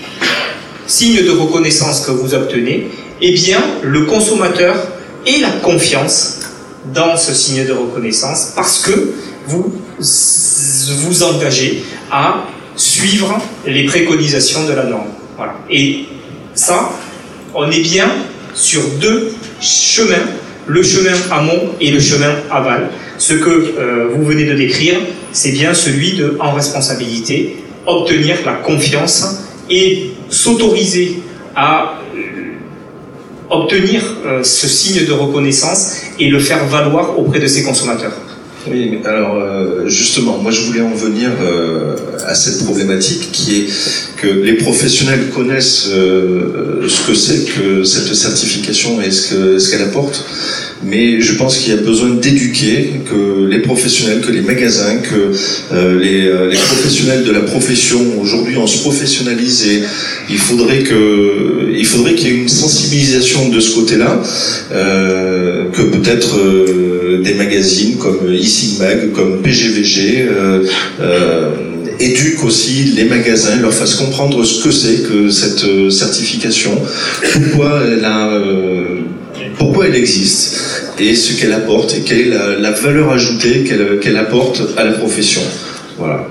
signe de reconnaissance que vous obtenez, eh bien, le consommateur ait la confiance dans ce signe de reconnaissance parce que vous vous engagez à suivre les préconisations de la norme. Voilà. Et ça, on est bien sur deux chemins, le chemin amont et le chemin aval. Ce que euh, vous venez de décrire, c'est bien celui de, en responsabilité, obtenir la confiance et s'autoriser à euh, obtenir euh, ce signe de reconnaissance et le faire valoir auprès de ses consommateurs. Oui, mais alors euh, justement, moi je voulais en venir euh, à cette problématique qui est que les professionnels connaissent euh, ce que c'est que cette certification et ce que ce qu'elle apporte, mais je pense qu'il y a besoin d'éduquer que les professionnels, que les magasins, que euh, les, euh, les professionnels de la profession. Aujourd'hui, on se professionnalise et il faudrait que il faudrait qu'il y ait une sensibilisation de ce côté-là, euh, que peut-être euh, des magazines comme e-Sigmag, comme P G V G euh, euh, éduquent aussi les magasins, leur fassent comprendre ce que c'est que cette certification, pourquoi elle a, euh, pourquoi elle existe et ce qu'elle apporte et quelle est la, la valeur ajoutée qu'elle qu'elle apporte à la profession. Voilà.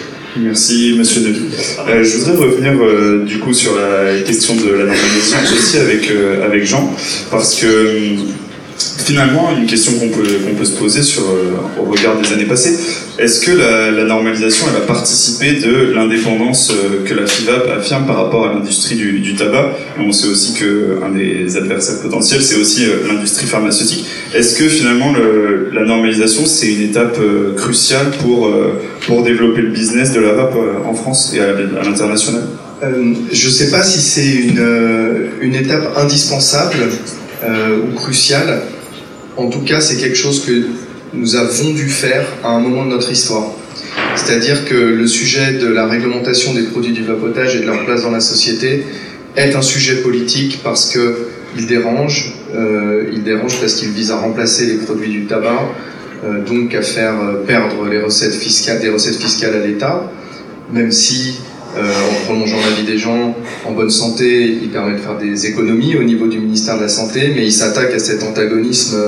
Merci Monsieur Delis. Euh, je voudrais revenir euh, du coup sur la question de la normalisation aussi avec euh, avec Jean, parce que euh, finalement une question qu'on peut qu'on peut se poser sur euh, au regard des années passées, est-ce que la, la normalisation elle a participé de l'indépendance euh, que la FIVAP affirme par rapport à l'industrie du, du tabac? Et on sait aussi que un des adversaires potentiels c'est aussi euh, l'industrie pharmaceutique. Est-ce que finalement le, la normalisation c'est une étape euh, cruciale pour euh, pour développer le business de la vape euh, en France et à, à l'international? euh, Je ne sais pas si c'est une euh, une étape indispensable euh, ou cruciale. En tout cas, c'est quelque chose que nous avons dû faire à un moment de notre histoire. C'est-à-dire que le sujet de la réglementation des produits du vapotage et de leur place dans la société est un sujet politique parce qu'il dérange. Euh, il dérange parce qu'il vise à remplacer les produits du tabac, euh, donc à faire perdre les recettes fiscales, des recettes fiscales à l'État, même si, euh, en prolongeant la vie des gens en bonne santé, il permet de faire des économies au niveau du ministère de la Santé, mais il s'attaque à cet antagonisme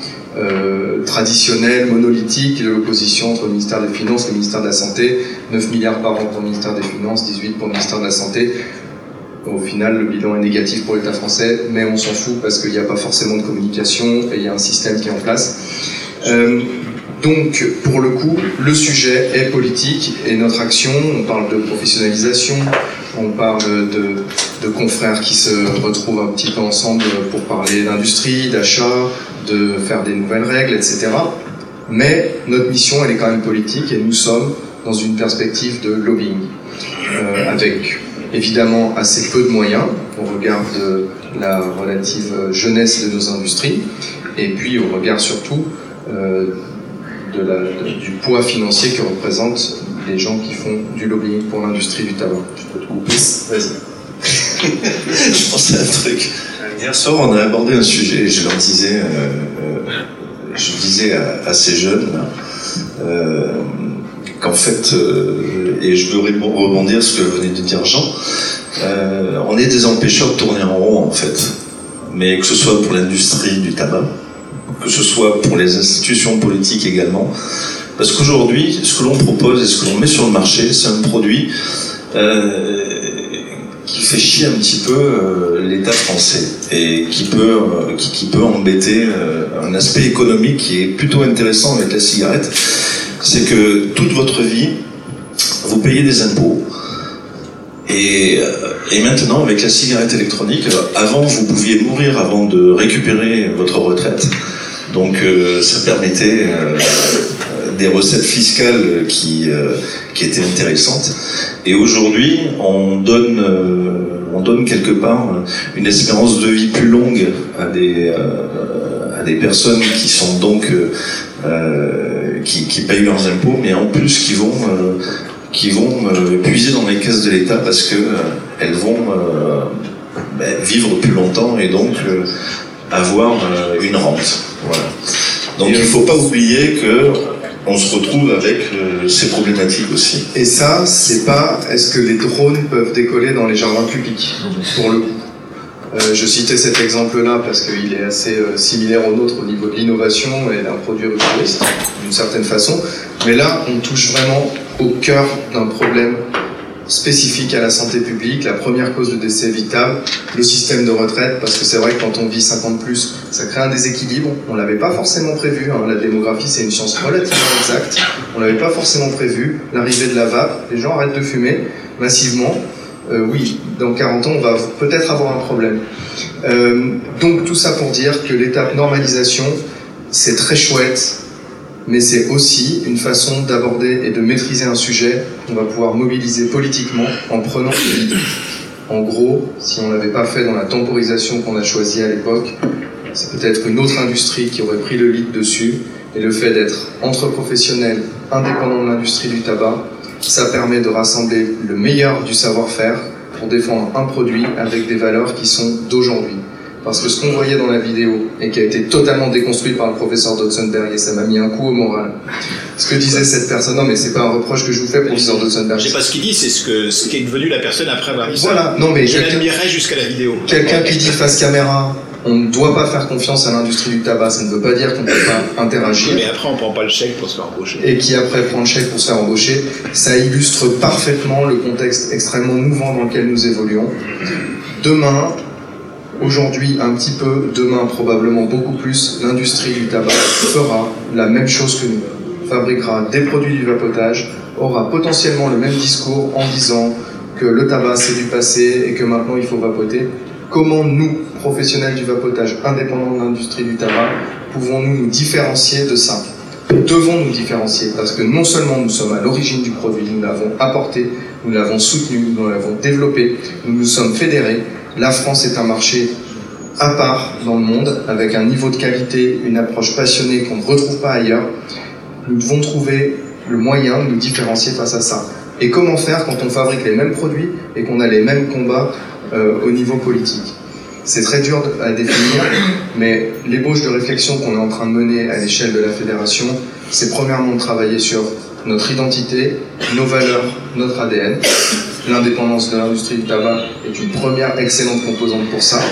euh, traditionnel, monolithique de l'opposition entre le ministère des Finances et le ministère de la Santé. neuf milliards par an pour le ministère des Finances, dix-huit pour le ministère de la Santé. Au final, le bilan est négatif pour l'État français, mais on s'en fout parce qu'il n'y a pas forcément de communication et il y a un système qui est en place. Euh, Donc, pour le coup, le sujet est politique et notre action, on parle de professionnalisation, on parle de, de confrères qui se retrouvent un petit peu ensemble pour parler d'industrie, d'achat, de faire des nouvelles règles, et cetera. Mais notre mission, elle est quand même politique et nous sommes dans une perspective de lobbying, euh, avec évidemment assez peu de moyens au regard de la relative jeunesse de nos industries et puis au regard surtout euh, De la, de, du poids financier que représentent les gens qui font du lobbying pour l'industrie du tabac. Je peux te couper? Vas-y. Je pensais à un truc. Hier soir, on a abordé un sujet et je leur disais, euh, euh, je disais à, à ces jeunes euh, qu'en fait, euh, et je veux rebondir sur ce que venait de dire Jean, euh, on est des empêcheurs de tourner en rond en fait, mais que ce soit pour l'industrie du tabac, que ce soit pour les institutions politiques également, parce qu'aujourd'hui, ce que l'on propose et ce que l'on met sur le marché, c'est un produit euh, qui fait chier un petit peu euh, l'État français et qui peut, euh, qui, qui peut embêter euh, un aspect économique qui est plutôt intéressant avec la cigarette, c'est que toute votre vie, vous payez des impôts. Et, et maintenant, avec la cigarette électronique, avant, vous pouviez mourir avant de récupérer votre retraite. Donc, euh, ça permettait euh, des recettes fiscales qui, euh, qui étaient intéressantes. Et aujourd'hui, on donne, euh, on donne quelque part une espérance de vie plus longue à des, euh, à des personnes qui sont donc euh, qui, qui payent leurs impôts, mais en plus qui vont euh, qui vont euh, puiser dans les caisses de l'État parce que euh, elles vont euh, ben, vivre plus longtemps et donc euh, avoir euh, une rente. Voilà. Donc il ne faut pas oublier que on se retrouve avec euh, ces problématiques aussi. Et ça, c'est pas est-ce que les drones peuvent décoller dans les jardins publics, pour le coup. Euh, je citais cet exemple-là parce qu'il est assez euh, similaire au nôtre au niveau de l'innovation et d'un produit rupturiste, d'une certaine façon. Mais là, on touche vraiment au cœur d'un problème spécifique à la santé publique, la première cause de décès évitable, le système de retraite, parce que c'est vrai que quand on vit cinquante plus, ça crée un déséquilibre. On l'avait pas forcément prévu, hein. La démographie c'est une science relativement exacte, on l'avait pas forcément prévu, l'arrivée de la vape, les gens arrêtent de fumer massivement, euh, oui, dans quarante ans on va peut-être avoir un problème. Euh, donc tout ça pour dire que l'étape normalisation, c'est très chouette, mais c'est aussi une façon d'aborder et de maîtriser un sujet qu'on va pouvoir mobiliser politiquement en prenant le lead. En gros, si on ne l'avait pas fait dans la temporisation qu'on a choisie à l'époque, c'est peut-être une autre industrie qui aurait pris le lead dessus, et le fait d'être entre professionnels, indépendants de l'industrie du tabac, ça permet de rassembler le meilleur du savoir-faire pour défendre un produit avec des valeurs qui sont d'aujourd'hui. Parce que ce qu'on voyait dans la vidéo, et qui a été totalement déconstruit par le professeur Doxenberg, et ça m'a mis un coup au moral. Ce que disait cette personne, non mais c'est pas un reproche que je vous fais, professeur Doxenberg. Je sais pas ce qu'il dit, c'est ce, que, ce qui est devenu la personne après avoir dit ça. Voilà, non mais... Je l'admirais jusqu'à la vidéo. Quelqu'un qui dit face caméra, on ne doit pas faire confiance à l'industrie du tabac, ça ne veut pas dire qu'on ne peut pas interagir. Mais après on prend pas le chèque pour se faire embaucher. Et qui après prend le chèque pour se faire embaucher, ça illustre parfaitement le contexte extrêmement mouvant dans lequel nous évoluons. Demain... Aujourd'hui, un petit peu, demain probablement beaucoup plus, l'industrie du tabac fera la même chose que nous. Fabriquera des produits du vapotage, aura potentiellement le même discours en disant que le tabac c'est du passé et que maintenant il faut vapoter. Comment nous, professionnels du vapotage, indépendants de l'industrie du tabac, pouvons-nous nous différencier de ça ? Nous devons nous différencier parce que non seulement nous sommes à l'origine du produit, nous l'avons apporté, nous l'avons soutenu, nous l'avons développé, nous nous sommes fédérés. La France est un marché à part dans le monde, avec un niveau de qualité, une approche passionnée qu'on ne retrouve pas ailleurs. Nous devons trouver le moyen de nous différencier face à ça. Et comment faire quand on fabrique les mêmes produits et qu'on a les mêmes combats euh, au niveau politique ? C'est très dur à définir, mais l'ébauche de réflexion qu'on est en train de mener à l'échelle de la fédération, c'est premièrement de travailler sur notre identité, nos valeurs, notre A D N. L'indépendance de l'industrie du tabac est une première excellente composante pour ça.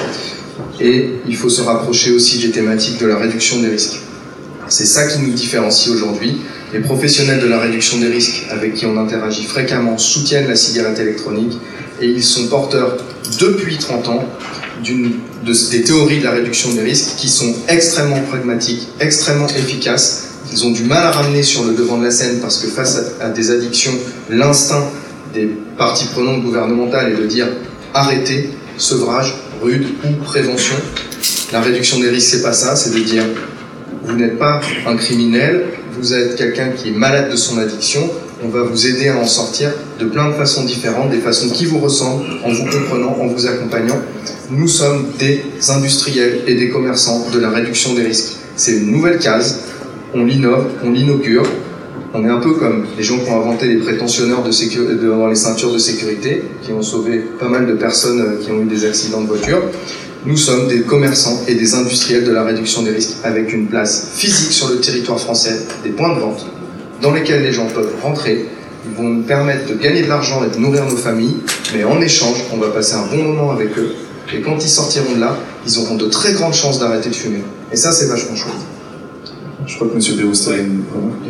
Et il faut se rapprocher aussi des thématiques de la réduction des risques. C'est ça qui nous différencie aujourd'hui. Les professionnels de la réduction des risques avec qui on interagit fréquemment soutiennent la cigarette électronique et ils sont porteurs depuis trente ans d'une, de, des théories de la réduction des risques qui sont extrêmement pragmatiques, extrêmement efficaces. Ils ont du mal à ramener sur le devant de la scène parce que face à, à des addictions, l'instinct des parties prenantes gouvernementales est de dire arrêtez, sevrage, rude ou prévention. La réduction des risques, c'est pas ça, c'est de dire vous n'êtes pas un criminel, vous êtes quelqu'un qui est malade de son addiction, on va vous aider à en sortir de plein de façons différentes, des façons qui vous ressemblent, en vous comprenant, en vous accompagnant. Nous sommes des industriels et des commerçants de la réduction des risques. C'est une nouvelle case, on l'innove, on l'inaugure. On est un peu comme les gens qui ont inventé les prétentionneurs de sécurité, de, dans les ceintures de sécurité, qui ont sauvé pas mal de personnes qui ont eu des accidents de voiture. Nous sommes des commerçants et des industriels de la réduction des risques, avec une place physique sur le territoire français, des points de vente, dans lesquels les gens peuvent rentrer. Ils vont nous permettre de gagner de l'argent et de nourrir nos familles, mais en échange, on va passer un bon moment avec eux. Et quand ils sortiront de là, ils auront de très grandes chances d'arrêter de fumer. Et ça, c'est vachement chouette. Je crois que M. Péroustet a une remarque.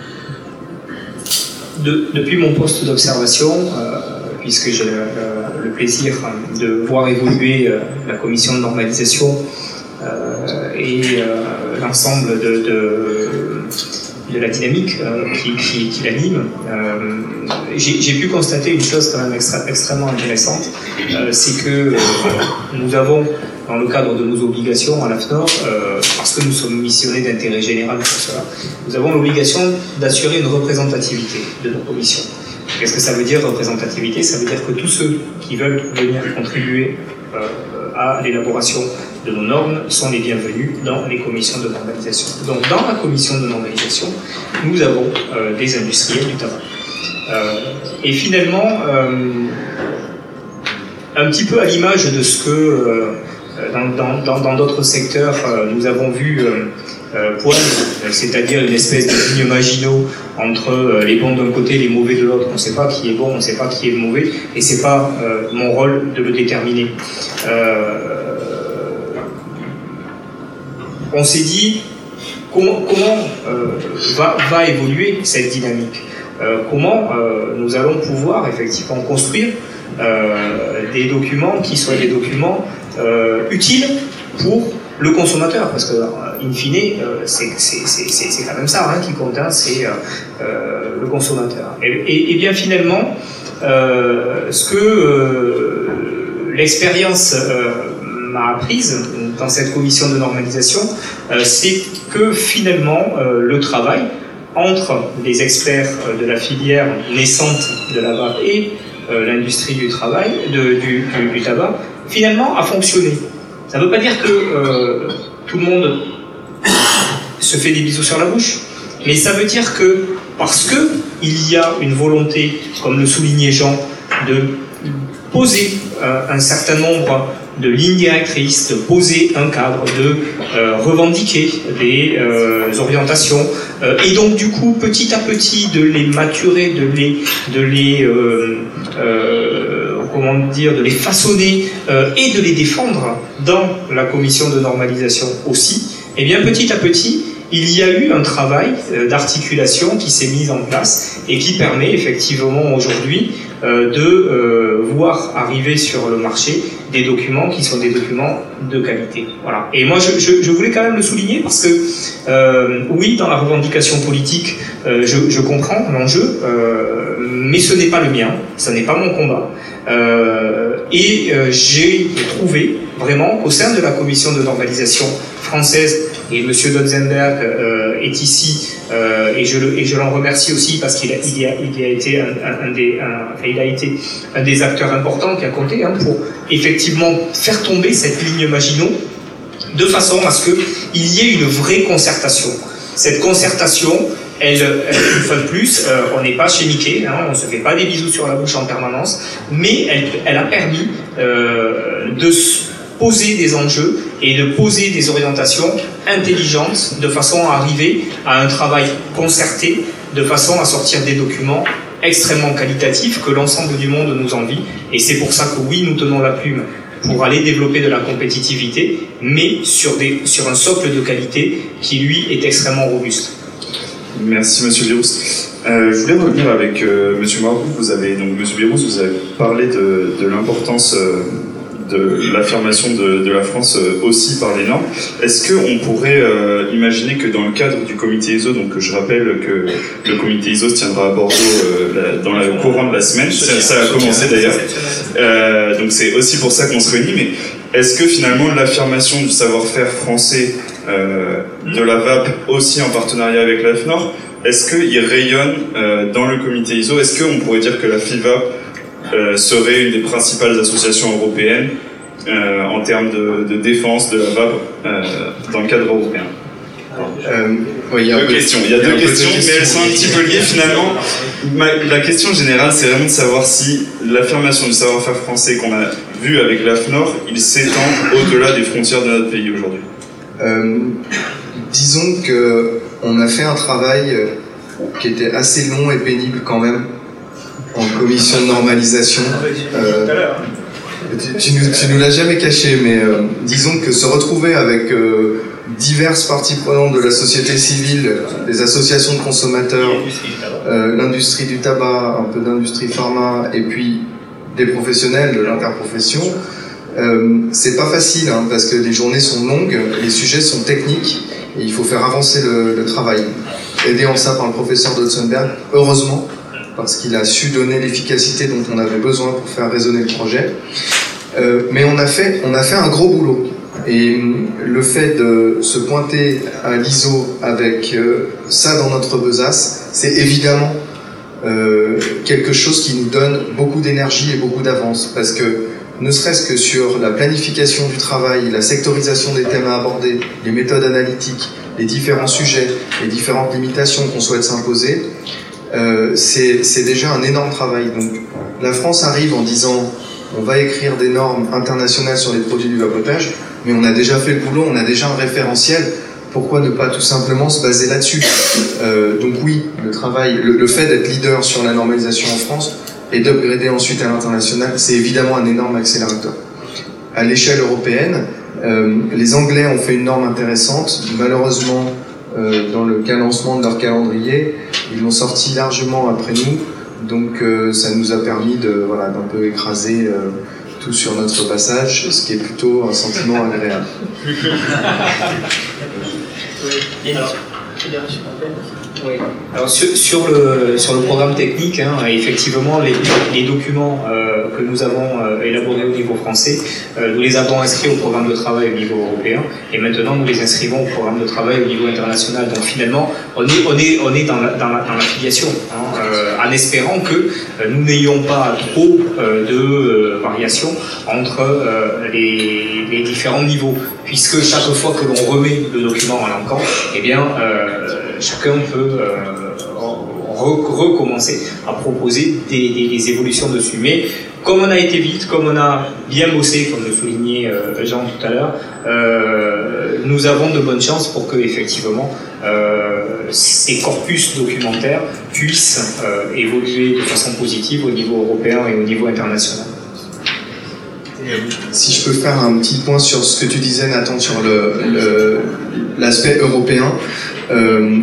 De, depuis mon poste d'observation, euh, puisque j'ai le, le, le plaisir de voir évoluer euh, la commission de normalisation euh, et euh, l'ensemble de, de de la dynamique euh, qui, qui, qui l'anime, euh, j'ai, j'ai pu constater une chose quand même extra, extrêmement intéressante, euh, c'est que euh, nous avons, dans le cadre de nos obligations à l'A F N O R, euh, parce que nous sommes missionnés d'intérêt général pour cela, nous avons l'obligation d'assurer une représentativité de nos commissions. Qu'est-ce que ça veut dire, représentativité? Ça veut dire que tous ceux qui veulent venir contribuer euh, à l'élaboration de nos normes sont les bienvenus dans les commissions de normalisation. Donc dans la commission de normalisation, nous avons euh, des industriels du tabac. Euh, et finalement, euh, un petit peu à l'image de ce que euh, dans, dans, dans d'autres secteurs euh, nous avons vu euh, euh, poindre, c'est-à-dire une espèce de ligne Maginot entre euh, les bons d'un côté, les mauvais de l'autre. On ne sait pas qui est bon, on ne sait pas qui est mauvais, et c'est pas euh, mon rôle de le déterminer. Euh, on s'est dit comment, comment euh, va, va évoluer cette dynamique, euh, comment euh, nous allons pouvoir effectivement construire euh, des documents qui soient des documents euh, utiles pour le consommateur, parce que in fine euh, c'est, c'est, c'est, c'est quand même ça hein, qui compte, hein, c'est euh, le consommateur. Et, et, et bien finalement euh, ce que euh, l'expérience euh, m'a apprise dans cette commission de normalisation, euh, c'est que finalement euh, le travail entre les experts euh, de la filière naissante de la vape et euh, l'industrie du travail, de, du, du, du tabac, finalement a fonctionné. Ça ne veut pas dire que euh, tout le monde se fait des bisous sur la bouche, mais ça veut dire que parce que il y a une volonté, comme le soulignait Jean, de poser euh, un certain nombre de lignes directrices, de poser un cadre, de euh, revendiquer des euh, orientations, euh, et donc du coup petit à petit de les maturer, de les, de les euh, euh, comment dire, de les façonner euh, et de les défendre dans la commission de normalisation aussi. Et bien petit à petit, il y a eu un travail euh, d'articulation qui s'est mis en place et qui permet effectivement aujourd'hui euh, de euh, voir arriver sur le marché des documents qui sont des documents de qualité. Voilà. Et moi, je, je, je voulais quand même le souligner parce que, euh, oui, dans la revendication politique, euh, je, je comprends l'enjeu, euh, mais ce n'est pas le mien, ce n'est pas mon combat. Euh, et euh, j'ai trouvé vraiment qu'au sein de la commission de normalisation française, et M. Donzenberg euh, est ici, euh, et je, le, et je l'en remercie aussi parce qu'il a, il a, il a été un, un, un des, un, enfin, il a été un des acteurs importants qui a compté hein, pour effectivement faire tomber cette ligne Maginot de façon à ce qu'il y ait une vraie concertation. Cette concertation, elle, elle une fois de plus, euh, on n'est pas chez Mickey, hein, on ne se fait pas des bisous sur la bouche en permanence, mais elle, elle a permis euh, de poser des enjeux et de poser des orientations intelligentes de façon à arriver à un travail concerté, de façon à sortir des documents extrêmement qualitatifs que l'ensemble du monde nous envie. Et c'est pour ça que oui, nous tenons la plume pour aller développer de la compétitivité, mais sur, des, sur un socle de qualité qui, lui, est extrêmement robuste. Merci, Monsieur Birousse. Euh, je voulais revenir avec euh, Monsieur Marcoux. Vous avez, donc, Monsieur Birousse, vous avez parlé de, de l'importance euh, de l'affirmation de, de la France euh, aussi par les normes. Est-ce qu'on pourrait euh, imaginer que dans le cadre du comité I S O, donc je rappelle que le comité I S O se tiendra à Bordeaux euh, la, dans le courant de la semaine, ça, ça a commencé d'ailleurs, euh, donc c'est aussi pour ça qu'on se réunit, mais est-ce que finalement l'affirmation du savoir-faire français euh, de la vape aussi en partenariat avec l'A F N O R, est-ce qu'il rayonne euh, dans le comité I S O? Est-ce qu'on pourrait dire que la FIVA Euh, serait une des principales associations européennes euh, en termes de, de défense de la vape euh, dans le cadre européen? Euh, oui, il y a deux questions, il y a deux questions, mais elles sont un petit peu liées finalement. Ma, la question générale, c'est vraiment de savoir si l'affirmation du savoir-faire français qu'on a vu avec l'A F N O R, il s'étend au-delà des frontières de notre pays aujourd'hui. Euh, disons que on a fait un travail qui était assez long et pénible quand même en commission de normalisation. Euh, tu, tu, nous, tu nous l'as jamais caché, mais euh, disons que se retrouver avec euh, diverses parties prenantes de la société civile, des associations de consommateurs, euh, l'industrie du tabac, un peu d'industrie pharma, et puis des professionnels de l'interprofession, euh, c'est pas facile, hein, parce que les journées sont longues, les sujets sont techniques, et il faut faire avancer le, le travail. aidé en ça par le professeur Dotzenberg, heureusement, parce qu'il a su donner l'efficacité dont on avait besoin pour faire résonner le projet. Euh, mais on a fait, on a fait un gros boulot. Et le fait de se pointer à l'I S O avec euh, ça dans notre besace, c'est évidemment euh, quelque chose qui nous donne beaucoup d'énergie et beaucoup d'avance. Parce que, ne serait-ce que sur la planification du travail, la sectorisation des thèmes à aborder, les méthodes analytiques, les différents sujets, les différentes limitations qu'on souhaite s'imposer, euh, c'est, c'est déjà un énorme travail. Donc, la France arrive en disant on va écrire des normes internationales sur les produits du vapotage, mais on a déjà fait le boulot, on a déjà un référentiel. Pourquoi ne pas tout simplement se baser là-dessus? euh, Donc oui, le travail, le, le fait d'être leader sur la normalisation en France et d'upgrader ensuite à l'international, c'est évidemment un énorme accélérateur. À l'échelle européenne, euh, les Anglais ont fait une norme intéressante. Malheureusement, euh, dans le lancement de leur calendrier, ils l'ont sorti largement après nous. Donc euh, ça nous a permis de, voilà, d'un peu écraser euh, tout sur notre passage, ce qui est plutôt un sentiment agréable. Alors, oui. Alors sur, sur, le, sur le programme technique, hein, effectivement, les, les documents euh, que nous avons euh, élaborés au niveau français, euh, nous les avons inscrits au programme de travail au niveau européen, et maintenant nous les inscrivons au programme de travail au niveau international. Donc finalement, on est, on est, on est dans, la, dans, la, dans l'affiliation, hein, euh, en espérant que euh, nous n'ayons pas trop euh, de euh, variations entre euh, les, les différents niveaux, puisque chaque fois que l'on remet le document en l'encan, eh bien, euh, chacun peut euh, recommencer à proposer des, des, des évolutions dessus. Mais comme on a été vite, comme on a bien bossé, comme le soulignait euh, Jean tout à l'heure, euh, nous avons de bonnes chances pour que effectivement euh, ces corpus documentaires puissent euh, évoluer de façon positive au niveau européen et au niveau international. Si je peux faire un petit point sur ce que tu disais, Nathan, sur le, le, l'aspect européen, euh,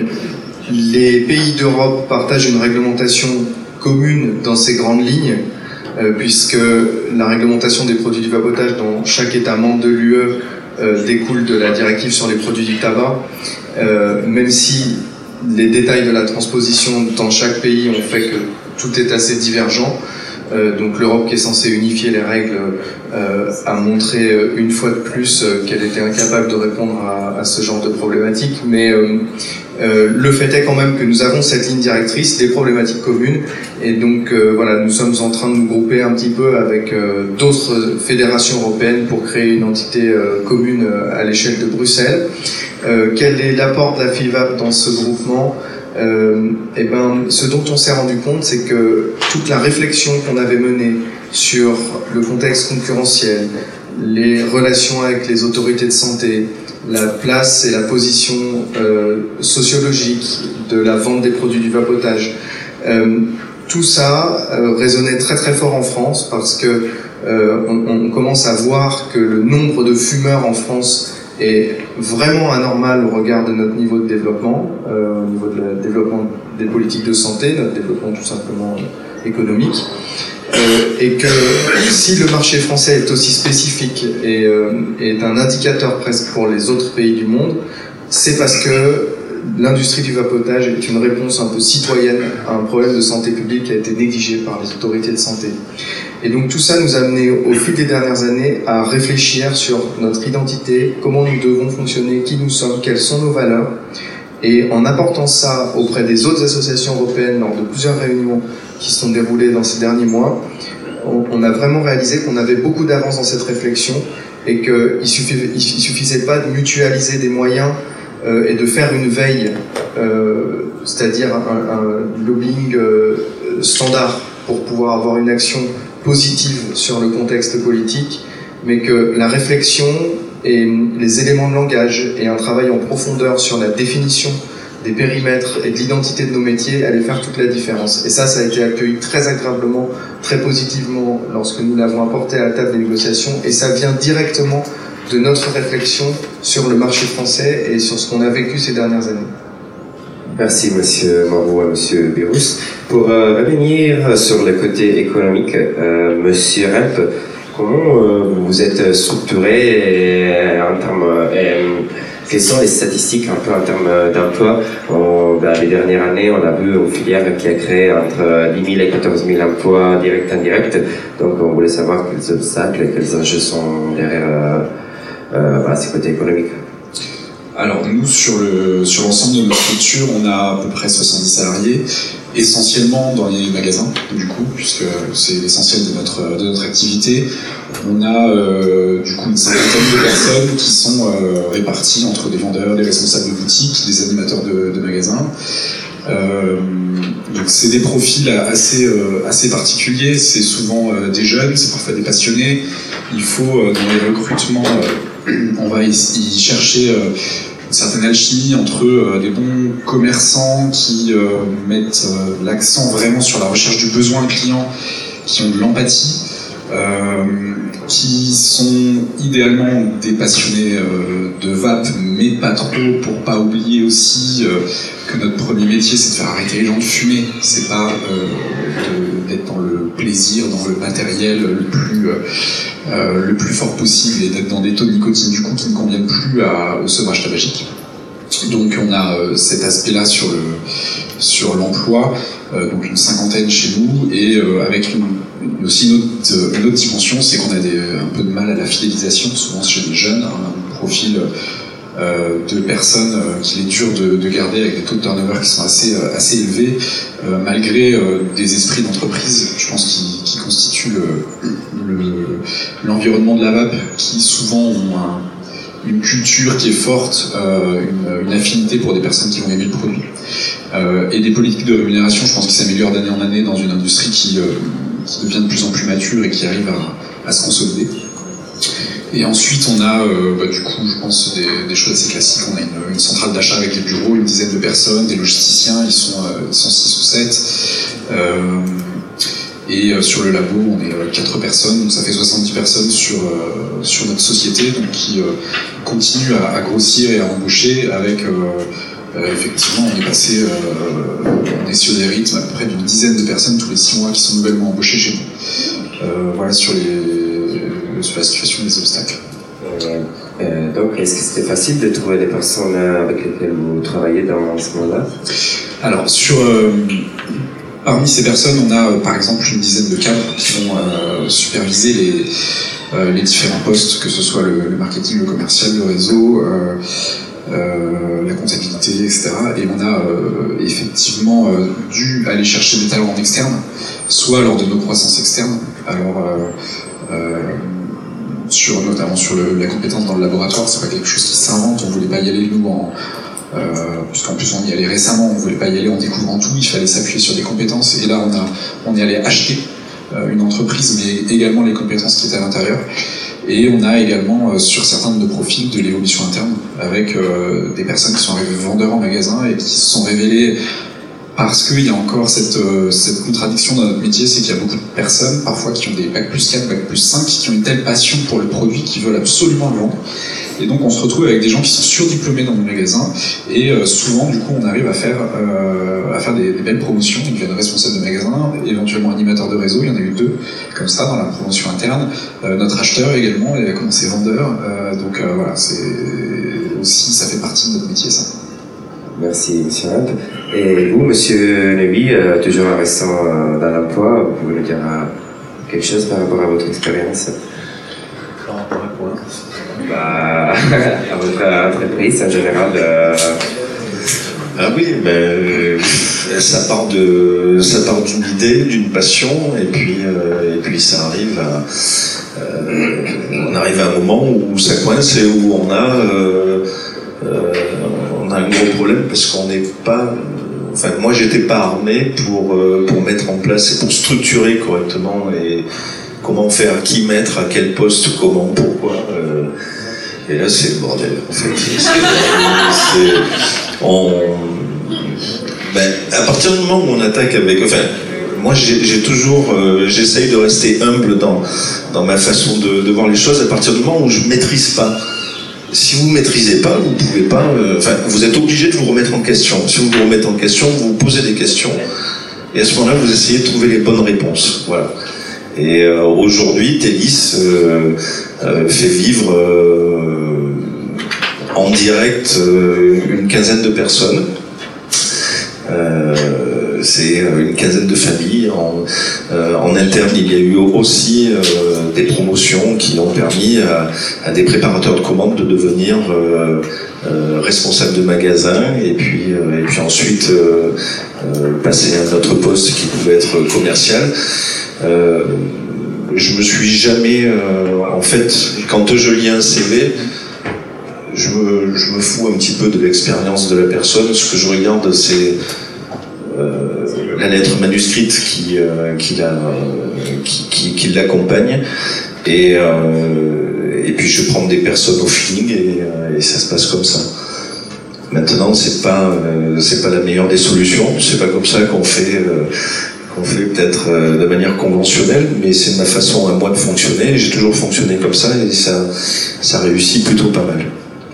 les pays d'Europe partagent une réglementation commune dans ces grandes lignes, euh, puisque la réglementation des produits du vapotage dans chaque État membre de l'U E euh, découle de la directive sur les produits du tabac, euh, même si les détails de la transposition dans chaque pays ont fait que tout est assez divergent. Euh, donc l'Europe, qui est censée unifier les règles, euh, a montré euh, une fois de plus euh, qu'elle était incapable de répondre à, à ce genre de problématiques. Mais euh, euh, le fait est quand même que nous avons cette ligne directrice, des problématiques communes, et donc euh, voilà, nous sommes en train de nous grouper un petit peu avec euh, d'autres fédérations européennes pour créer une entité euh, commune euh, à l'échelle de Bruxelles. Euh, quel est l'apport de la F I V A P dans ce groupement ? Euh, et ben, ce dont on s'est rendu compte, c'est que toute la réflexion qu'on avait menée sur le contexte concurrentiel, les relations avec les autorités de santé, la place et la position euh, sociologique de la vente des produits du vapotage, euh, tout ça euh, résonnait très très fort en France, parce que euh, on, on commence à voir que le nombre de fumeurs en France est vraiment anormal au regard de notre niveau de développement, euh, au niveau du développement des politiques de santé, notre développement tout simplement euh, économique, euh, et que si le marché français est aussi spécifique et euh, est un indicateur presque pour les autres pays du monde, c'est parce que l'industrie du vapotage est une réponse un peu citoyenne à un problème de santé publique qui a été négligé par les autorités de santé. Et donc tout ça nous a amené au fil des dernières années à réfléchir sur notre identité, comment nous devons fonctionner, qui nous sommes, quelles sont nos valeurs. Et en apportant ça auprès des autres associations européennes lors de plusieurs réunions qui se sont déroulées dans ces derniers mois, on, on a vraiment réalisé qu'on avait beaucoup d'avance dans cette réflexion et qu'il ne suffisait, il suffisait pas de mutualiser des moyens euh, et de faire une veille, euh, c'est-à-dire un, un lobbying euh, standard pour pouvoir avoir une action positive sur le contexte politique, mais que la réflexion et les éléments de langage et un travail en profondeur sur la définition des périmètres et de l'identité de nos métiers allaient faire toute la différence. Et ça, ça a été accueilli très agréablement, très positivement lorsque nous l'avons apporté à la table des négociations, et ça vient directement de notre réflexion sur le marché français et sur ce qu'on a vécu ces dernières années. Merci Monsieur Moreau et Monsieur Birous. Pour euh, revenir sur le côté économique, euh, Monsieur Rempe, comment euh, vous êtes structuré et, en termes, et, quelles sont les statistiques un peu en termes d'emploi? On, ben, les dernières années, on a vu une filière qui a créé entre dix mille et quatorze mille emplois directs et indirects. Donc on voulait savoir quels obstacles et quels enjeux sont derrière euh, euh, voilà, ces côtés économiques. Alors nous, sur le sur l'ensemble de notre structure, on a à peu près soixante-dix salariés, essentiellement dans les magasins, du coup, puisque c'est l'essentiel de notre de notre activité. On a euh, du coup une cinquantaine de personnes qui sont euh, réparties entre des vendeurs, des responsables de boutiques, des animateurs de, de magasins. Euh, donc c'est des profils assez euh, assez particuliers. C'est souvent euh, des jeunes, c'est parfois des passionnés. Il faut euh, dans les recrutements euh, on va y, y chercher euh, une certaine alchimie entre euh, des bons commerçants qui euh, mettent euh, l'accent vraiment sur la recherche du besoin client, qui ont de l'empathie, euh, qui sont idéalement des passionnés euh, de vape, mais pas trop, pour pas oublier aussi euh, que notre premier métier c'est de faire arrêter les gens de fumer, c'est pas euh, d'être dans le plaisir, dans le matériel le plus euh, Euh, le plus fort possible et d'être dans des taux de nicotine du coup qui ne conviennent plus à, au sevrage tabagique. Donc on a euh, cet aspect-là sur le sur l'emploi, euh, donc une cinquantaine chez nous, et euh, avec une, une, aussi une autre, une autre dimension, c'est qu'on a des, un peu de mal à la fidélisation, souvent chez les jeunes, un profil euh, de personnes euh, qu'il est dur de, de garder avec des taux de turnover qui sont assez, euh, assez élevés, euh, malgré euh, des esprits d'entreprise, je pense, qui, qui constituent le, le, l'environnement de la vape, qui souvent ont un, une culture qui est forte, euh, une, une affinité pour des personnes qui vont aimer le produit. Euh, et des politiques de rémunération, je pense, qui s'améliorent d'année en année dans une industrie qui, euh, qui devient de plus en plus mature et qui arrive à, à se consolider. Et ensuite, on a, euh, bah, du coup, je pense, des, des choses assez classiques. On a une, une centrale d'achat avec des bureaux, une dizaine de personnes, des logisticiens, ils sont, euh, ils sont six ou sept. Euh, et euh, sur le labo, on est euh, quatre personnes, donc ça fait soixante-dix personnes sur, euh, sur notre société, donc qui euh, continue à, à grossir et à embaucher avec... Euh, Euh, effectivement, on est passé, euh, on est sur des rythmes à peu près d'une dizaine de personnes tous les six mois qui sont nouvellement embauchées chez nous. Euh, voilà sur, les, sur la situation des obstacles. Euh, euh, donc, est-ce que c'était facile de trouver des personnes avec lesquelles vous travaillez dans ce moment-là? Alors, sur, euh, parmi ces personnes, on a euh, par exemple une dizaine de cadres qui vont euh, superviser les, euh, les différents postes, que ce soit le, le marketing, le commercial, le réseau. Euh, Euh, la comptabilité, et cetera. Et on a euh, effectivement euh, dû aller chercher des talents en externe, soit lors de nos croissances externes, alors euh, euh, sur, notamment sur le, la compétence dans le laboratoire, c'est pas quelque chose qui s'invente, on voulait pas y aller nous en euh, puisqu'en plus on y allait récemment, on voulait pas y aller en découvrant tout, il fallait s'appuyer sur des compétences, et là on, a, on est allé acheter euh, une entreprise, mais également les compétences qui étaient à l'intérieur. Et on a également, euh, sur certains de nos profils, de l'évolution interne, avec euh, des personnes qui sont arrivées vendeurs en magasin et qui se sont révélées, parce qu'il y a encore cette, euh, cette contradiction dans notre métier, c'est qu'il y a beaucoup de personnes, parfois qui ont des bac plus quatre, bac plus cinq, qui ont une telle passion pour le produit qu'ils veulent absolument le vendre. Et donc on se retrouve avec des gens qui sont surdiplômés dans nos magasins, et euh, souvent du coup on arrive à faire, euh, à faire des, des belles promotions. Ils deviennent responsables de magasin, éventuellement animateurs de réseau, il y en a eu deux comme ça dans la promotion interne. Euh, notre acheteur également, il a commencé vendeur, euh, donc euh, voilà, c'est aussi, ça fait partie de notre métier, ça. Merci, monsieur Hunt. Et vous, monsieur Nebi, euh, toujours en restant euh, dans l'emploi, vous pouvez nous dire euh, quelque chose par rapport à votre expérience? Par rapport à quoi? Bah, à votre entreprise en général. Euh... Ah oui, mais euh, ça part de, ça part d'une idée, d'une passion, et puis, euh, et puis ça arrive à, euh, on arrive à un moment où ça coince et où on a, euh, euh, on a un gros problème parce qu'on n'est pas, enfin moi j'étais pas armé pour, euh, pour mettre en place et pour structurer correctement et comment faire, qui mettre, à quel poste, comment, pourquoi. Euh, et là, c'est le bordel, en fait. C'est, c'est, on, ben, à partir du moment où on attaque avec... Enfin, moi, j'ai, j'ai toujours... Euh, j'essaye de rester humble dans, dans ma façon de, de voir les choses. À partir du moment où je ne maîtrise pas. Si vous ne maîtrisez pas, vous ne pouvez pas... Euh, enfin, vous êtes obligé de vous remettre en question. Si vous vous remettez en question, vous vous posez des questions. Et à ce moment-là, vous essayez de trouver les bonnes réponses. Voilà. Et euh, aujourd'hui, Télis euh, euh, fait vivre euh, en direct euh, une quinzaine de personnes. Euh, c'est une quinzaine de familles. En, euh, en interne, il y a eu aussi euh, des promotions qui ont permis à, à des préparateurs de commandes de devenir euh, euh, responsables de magasin et puis, euh, et puis ensuite euh, euh, passer à un autre poste qui pouvait être commercial. Euh, je me suis jamais... Euh, en fait, quand je lis un C V, je me, je me fous un petit peu de l'expérience de la personne. Ce que je regarde, c'est euh, la lettre manuscrite qui, euh, qui, la, qui, qui, qui l'accompagne. Et, euh, et puis je prends des personnes au feeling et, et ça se passe comme ça. Maintenant, c'est pas, euh, c'est pas la meilleure des solutions. C'est pas comme ça qu'on fait... Euh, qu'on fait peut-être euh, de manière conventionnelle, mais c'est ma façon à moi de fonctionner. J'ai toujours fonctionné comme ça et ça, ça réussit plutôt pas mal.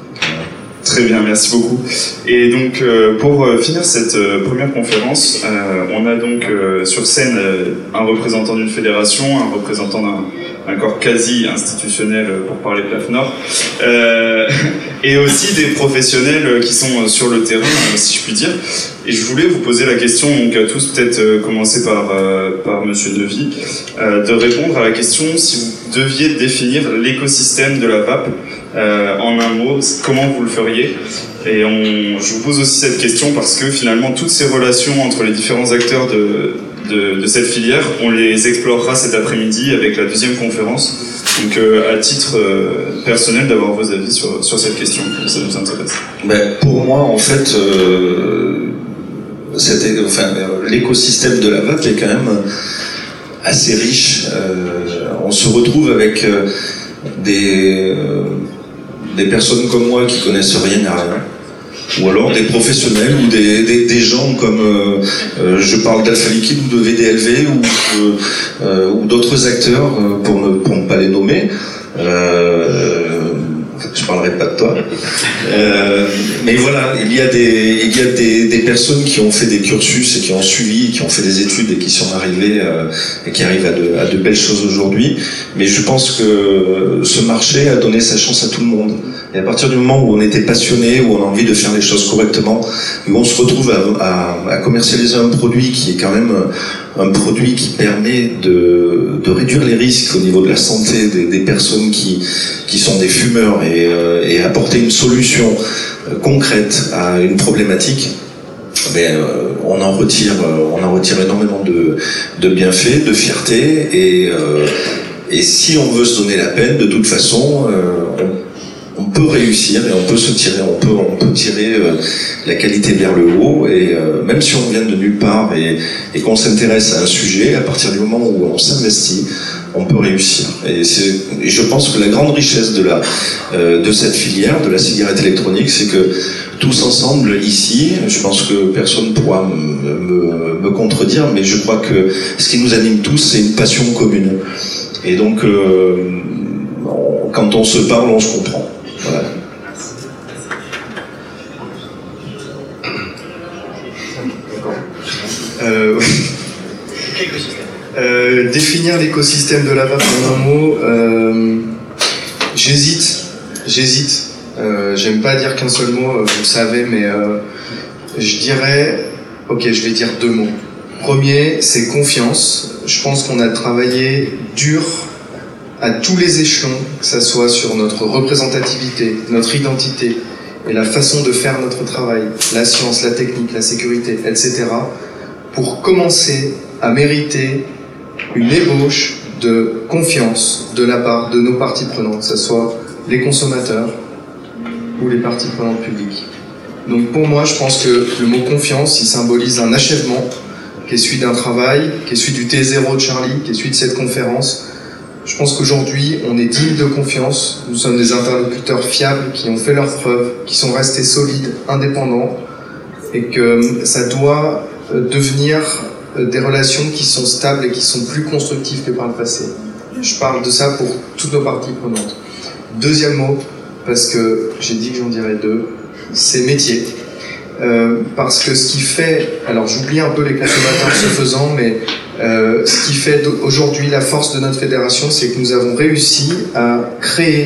Très bien, merci beaucoup. Et donc, euh, pour euh, finir cette euh, première conférence, euh, on a donc euh, sur scène euh, un représentant d'une fédération, un représentant d'un un corps quasi institutionnel euh, pour parler de l'A F N O R, euh, et aussi des professionnels euh, qui sont euh, sur le terrain, euh, si je puis dire. Et je voulais vous poser la question, donc à tous, peut-être euh, commencer par, euh, par Monsieur Devy, euh, de répondre à la question si vous deviez définir l'écosystème de la V A P euh, en un mot, comment vous le feriez? Et on, je vous pose aussi cette question parce que finalement toutes ces relations entre les différents acteurs de, de, de cette filière, on les explorera cet après-midi avec la deuxième conférence. Donc euh, à titre euh, personnel, d'avoir vos avis sur, sur cette question, ça nous intéresse. Ben, pour moi, en fait, euh, c'était, enfin, l'écosystème de la V A P est quand même assez riche. Euh, on se retrouve avec euh, des... Euh, des personnes comme moi qui connaissent rien à rien, ou alors des professionnels ou des, des, des gens comme euh, euh, je parle d'Alpha Liquide ou de V D L V ou, euh, ou d'autres acteurs euh, pour ne, pour ne pas les nommer. Euh, je parlerai pas de toi. Euh, mais voilà, il y a, des, il y a des, des personnes qui ont fait des cursus et qui ont suivi, qui ont fait des études et qui sont arrivées euh, et qui arrivent à de, à de belles choses aujourd'hui. Mais je pense que ce marché a donné sa chance à tout le monde. Et à partir du moment où on était passionné, où on a envie de faire les choses correctement, où on se retrouve à, à, à commercialiser un produit qui est quand même un produit qui permet de, de réduire les risques au niveau de la santé des, des personnes qui, qui sont des fumeurs et, euh, et apporter une solution euh, concrète à une problématique, ben, euh, on en retire, euh, on en retire énormément de, de bienfaits, de fierté et, euh, et si on veut se donner la peine, de toute façon, euh, on on peut réussir et on peut se tirer, on peut, on peut tirer euh, la qualité vers le haut et euh, même si on vient de nulle part et, et qu'on s'intéresse à un sujet, à partir du moment où on s'investit, on peut réussir. Et, c'est, et je pense que la grande richesse de, la, euh, de cette filière, de la cigarette électronique, c'est que tous ensemble ici, je pense que personne ne pourra me, me, me contredire, mais je crois que ce qui nous anime tous, c'est une passion commune. Et donc, euh, on, quand on se parle, on se comprend. Voilà. Euh, euh, définir l'écosystème de la V A P en un mot, euh, j'hésite, j'hésite. Euh, j'aime pas dire qu'un seul mot, vous le savez, mais euh, je dirais, ok, je vais dire deux mots. Premier, c'est confiance. Je pense qu'on a travaillé dur à tous les échelons, que ça soit sur notre représentativité, notre identité et la façon de faire notre travail, la science, la technique, la sécurité, et cetera, pour commencer à mériter une ébauche de confiance de la part de nos parties prenantes, que ce soit les consommateurs ou les parties prenantes publiques. Donc pour moi, je pense que le mot confiance, il symbolise un achèvement qui est celui d'un travail, qui est celui du T zéro de Charlie, qui est celui de cette conférence. Je pense qu'aujourd'hui, on est digne de confiance. Nous sommes des interlocuteurs fiables qui ont fait leurs preuves, qui sont restés solides, indépendants, et que ça doit devenir des relations qui sont stables et qui sont plus constructives que par le passé. Je parle de ça pour toutes nos parties prenantes. Deuxième mot, parce que j'ai dit que j'en dirais deux, c'est métier. Euh, parce que ce qui fait, alors j'oublie un peu les consommateurs ce faisant, mais euh, ce qui fait aujourd'hui la force de notre fédération, c'est que nous avons réussi à créer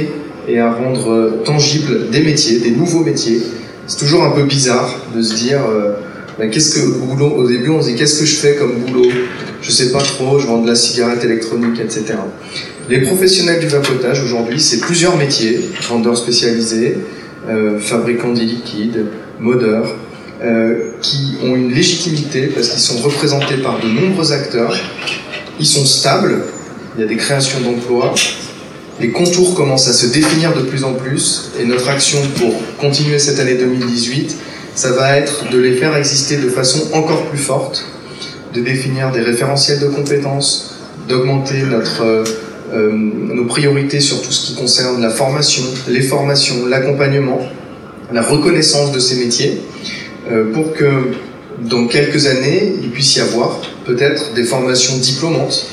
et à rendre tangibles des métiers, des nouveaux métiers. C'est toujours un peu bizarre de se dire euh, ben, qu'est-ce que au boulot, au début on se dit qu'est-ce que je fais comme boulot, je sais pas trop, je vends de la cigarette électronique, et cetera. Les professionnels du vapotage aujourd'hui, c'est plusieurs métiers, vendeurs spécialisés, euh, fabricants d'e-liquide, modeurs, euh, qui ont une légitimité parce qu'ils sont représentés par de nombreux acteurs, ils sont stables, il y a des créations d'emplois, les contours commencent à se définir de plus en plus, et notre action pour continuer cette année deux mille dix-huit, ça va être de les faire exister de façon encore plus forte, de définir des référentiels de compétences, d'augmenter notre, euh, euh, nos priorités sur tout ce qui concerne la formation, les formations, l'accompagnement, la reconnaissance de ces métiers, euh, pour que dans quelques années, il puisse y avoir peut-être des formations diplômantes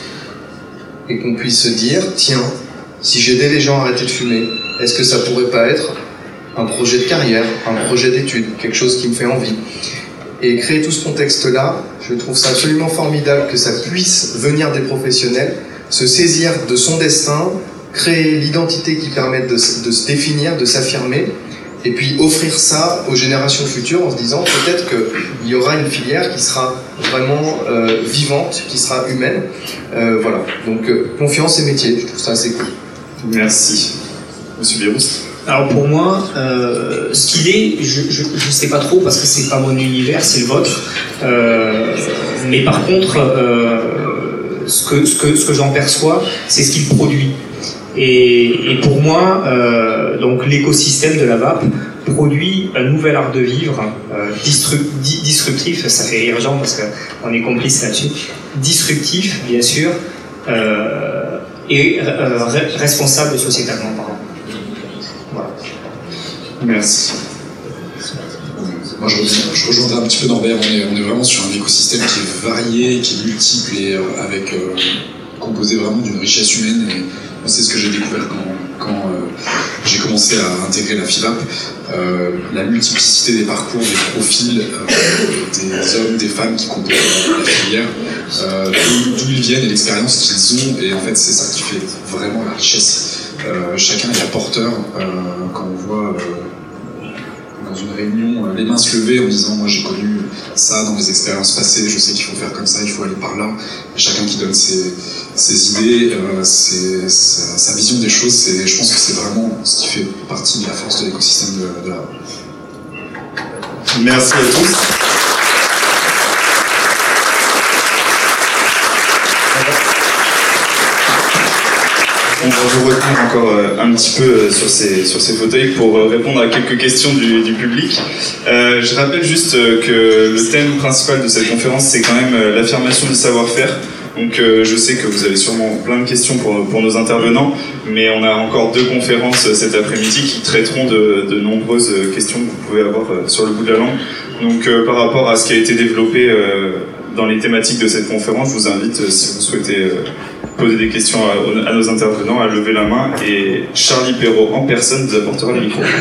et qu'on puisse se dire, tiens, si j'aidais les gens à arrêter de fumer, est-ce que ça pourrait pas être un projet de carrière, un projet d'études, quelque chose qui me fait envie? Et créer tout ce contexte-là, je trouve ça absolument formidable que ça puisse venir des professionnels, se saisir de son destin, créer l'identité qui permette de, de se définir, de s'affirmer, et puis offrir ça aux générations futures en se disant peut-être qu'il y aura une filière qui sera vraiment euh, vivante, qui sera humaine. Euh, voilà, donc euh, confiance et métier, je trouve ça assez cool. Merci. Monsieur Biroust. Alors pour moi, euh, ce qu'il est, je ne sais pas trop parce que c'est pas mon univers, c'est le vôtre. Euh, mais par contre, euh, ce que, ce que, ce que j'en perçois, c'est ce qu'il produit. Et, et pour moi, euh, donc l'écosystème de la vape produit un nouvel art de vivre, euh, disru- di- disruptif, ça fait rire Jean parce qu'on est complice là-dessus, disruptif bien sûr, euh, et euh, re- responsable sociétalement parlant. Voilà. Merci. Moi, je, je rejoindrai un petit peu Norbert. On est, on est vraiment sur un écosystème qui est varié, qui est multiple et euh, avec euh, composé vraiment d'une richesse humaine. Et moi, c'est ce que j'ai découvert quand, quand euh, j'ai commencé à intégrer la FIVAP. Euh, la multiplicité des parcours, des profils, euh, des hommes, des femmes qui composent la filière, euh, d'où, d'où ils viennent et l'expérience qu'ils ont. Et en fait, c'est ça qui fait vraiment la richesse. Euh, chacun est apporteur. Euh, quand on voit euh, dans une réunion euh, les mains se lever en disant moi j'ai connu ça dans mes expériences passées, je sais qu'il faut faire comme ça, il faut aller par là. Et chacun qui donne ses, ses idées, euh, ses, sa, sa vision des choses, c'est, je pense que c'est vraiment ce qui fait partie de la force de l'écosystème de, de la... Merci à tous. On va vous retenir encore un petit peu sur ces, sur ces fauteuils pour répondre à quelques questions du, du public. Euh, je rappelle juste que le thème principal de cette conférence, c'est quand même l'affirmation du savoir-faire. Donc euh, je sais que vous avez sûrement plein de questions pour, pour nos intervenants, mais on a encore deux conférences cet après-midi qui traiteront de, de nombreuses questions que vous pouvez avoir sur le bout de la langue. Donc euh, par rapport à ce qui a été développé euh, dans les thématiques de cette conférence, je vous invite, si vous souhaitez euh, poser des questions à, à nos intervenants, à lever la main, et Charlie Perrault en personne vous apportera le micro.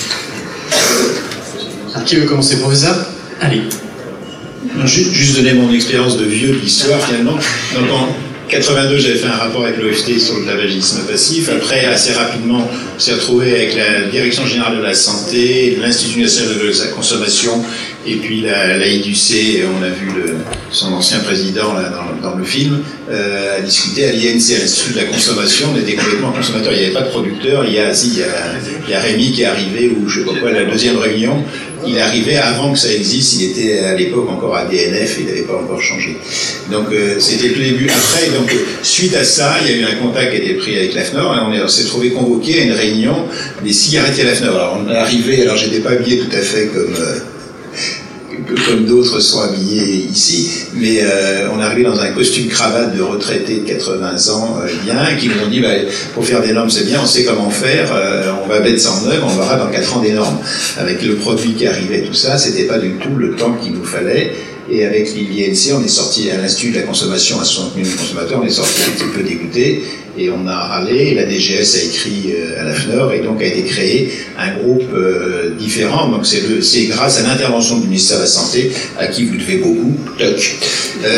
Qui veut commencer, professeur? Allez. Juste, juste donner mon expérience de vieux de l'histoire finalement. Donc en quatre-vingt-deux, j'avais fait un rapport avec l'O F T sur le tabagisme passif. Après, assez rapidement, on s'est retrouvé avec la Direction Générale de la Santé, l'Institut National de la Consommation, et puis la, la I D U C, on a vu le, son ancien président là, dans, dans le film, euh, à discuter à l'I N C, à l'Institut de la Consommation. On était complètement consommateurs, il n'y avait pas de producteur. Il y a, si, il y a, il y a Rémi qui est arrivé, ou je sais pas quoi, la deuxième réunion. Il est arrivé avant que ça existe, il était à l'époque encore à D N F, il n'avait pas encore changé. Donc euh, c'était le début. Après, donc suite à ça, il y a eu un contact qui a été pris avec l'A F N O R, et on, est, on s'est trouvé convoqué à une réunion des cigarettiers à l'A F N O R. Alors on est arrivé, alors j'étais pas habillé tout à fait comme... Euh, comme d'autres sont habillés ici, mais euh, on est arrivé dans un costume cravate de retraité de quatre-vingts ans, euh, bien, et qui nous ont dit, bah, pour faire des normes c'est bien, on sait comment faire, euh, on va mettre ça en œuvre, on verra dans quatre ans des normes. Avec le produit qui arrivait, tout ça, c'était pas du tout le temps qu'il nous fallait. Et avec l'I N C, on est sorti à l'Institut de la consommation à soixante mille consommateurs, on est sorti un petit peu dégoûté. Et on a râlé, et la D G S a écrit euh, à la F N O R, et donc a été créé un groupe euh, différent. Donc c'est, le, c'est grâce à l'intervention du ministère de la Santé, à qui vous devez beaucoup, toc, euh,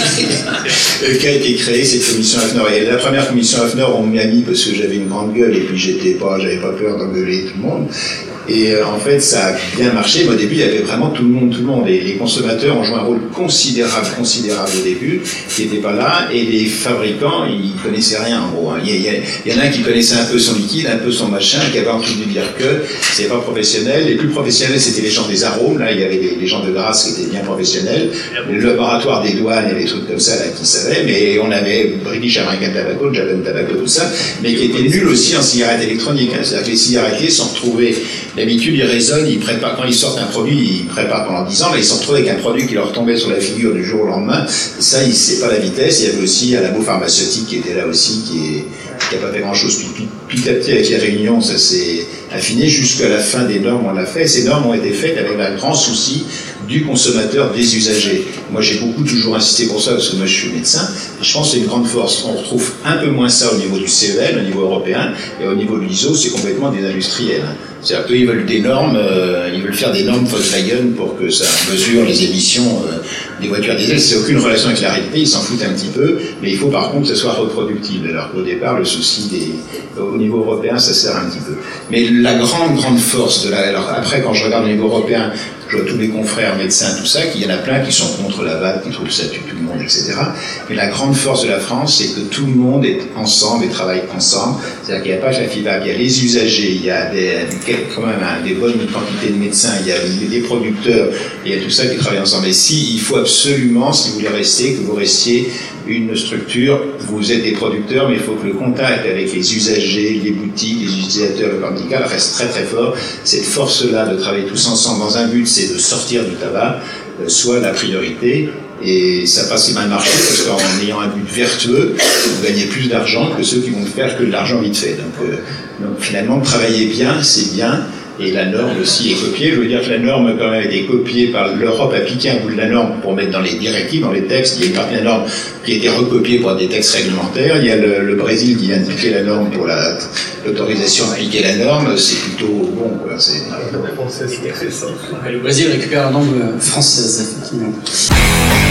et, qu'a été créée cette commission F N O R. Et la première commission F N O R, on m'a mis parce que j'avais une grande gueule, et puis j'étais pas, j'avais pas peur d'engueuler tout le monde. Et euh, en fait, ça a bien marché, mais au début, il y avait vraiment tout le monde, tout le monde. Et les consommateurs ont joué un rôle considérable, considérable au début, qui n'était pas là, et les fabricants, ils connaissaient rien, en gros. Il y, il y, il y en a un qui connaissait un peu son liquide, un peu son machin, qui avait entendu dire que c'était pas professionnel. Les plus professionnels, c'était les gens des arômes, là, il y avait les, les gens de grâce qui étaient bien professionnels, le laboratoire des douanes et des trucs comme ça, là, qui savaient, mais on avait British American Tobacco, Japan Tobacco, tout ça, mais qui étaient nuls aussi en cigarettes électroniques. Hein. C'est-à-dire que les cigarettiers sont retrouvés. D'habitude, ils raisonnent, ils préparent, quand ils sortent un produit, ils préparent pendant dix ans, là, ils se retrouvent avec un produit qui leur tombait sur la figure du jour au lendemain. Et ça, c'est pas la vitesse. Il y avait aussi un labo pharmaceutique qui était là aussi, qui n'a pas fait grand-chose. Puis, puis, petit à petit, avec les réunions, ça s'est affiné jusqu'à la fin des normes, on l'a fait. Ces normes ont été faites avec un grand souci du consommateur, des usagers. Moi, j'ai beaucoup toujours insisté pour ça, parce que moi, je suis médecin, et je pense que c'est une grande force. On retrouve un peu moins ça au niveau du C E L, au niveau européen, et au niveau de l'I S O, c'est complètement des industriels. C'est-à-dire qu'ils veulent des normes, euh, ils veulent faire des normes Volkswagen pour que ça mesure les émissions euh, des voitures diesel. C'est aucune relation avec la réalité, ils s'en foutent un petit peu, mais il faut par contre que ce soit reproductible. Alors qu'au départ, le souci des, au niveau européen, ça sert un petit peu. Mais la grande, grande force de la... Alors après, quand je regarde au niveau européen, je vois tous les confrères médecins, tout ça, qu'il y en a plein qui sont contre la V A P, qui trouvent que ça tue tout le monde, et cetera. Mais la grande force de la France, c'est que tout le monde est ensemble et travaille ensemble. C'est-à-dire qu'il n'y a pas que la F I V A P, il y a les usagers, il y a des, quand même hein, des bonnes quantités de médecins, il y a des producteurs, il y a tout ça qui travaille ensemble. Et si, il faut absolument, si vous voulez rester, que vous restiez une structure, vous êtes des producteurs, mais il faut que le contact avec les usagers, les boutiques, les utilisateurs, le corps médical reste très très fort. Cette force-là de travailler tous ensemble dans un but, c'est de sortir du tabac, euh, soit la priorité. Et ça passe mal marché parce qu'en ayant un but vertueux, vous gagnez plus d'argent que ceux qui vont faire que de l'argent vite fait. Donc, euh, donc finalement, travailler bien, c'est bien. Et la norme aussi est copiée. Je veux dire que la norme, quand même, a été copiée par l'Europe, a piqué un bout de la norme pour mettre dans les directives, dans les textes. Il y a une partie de la norme qui a été recopiée pour des textes réglementaires. Il y a le, le Brésil qui vient de piquer la norme pour la, l'autorisation d'appliquer la norme. C'est plutôt bon, quoi. C'est... Le Brésil récupère la norme française, effectivement.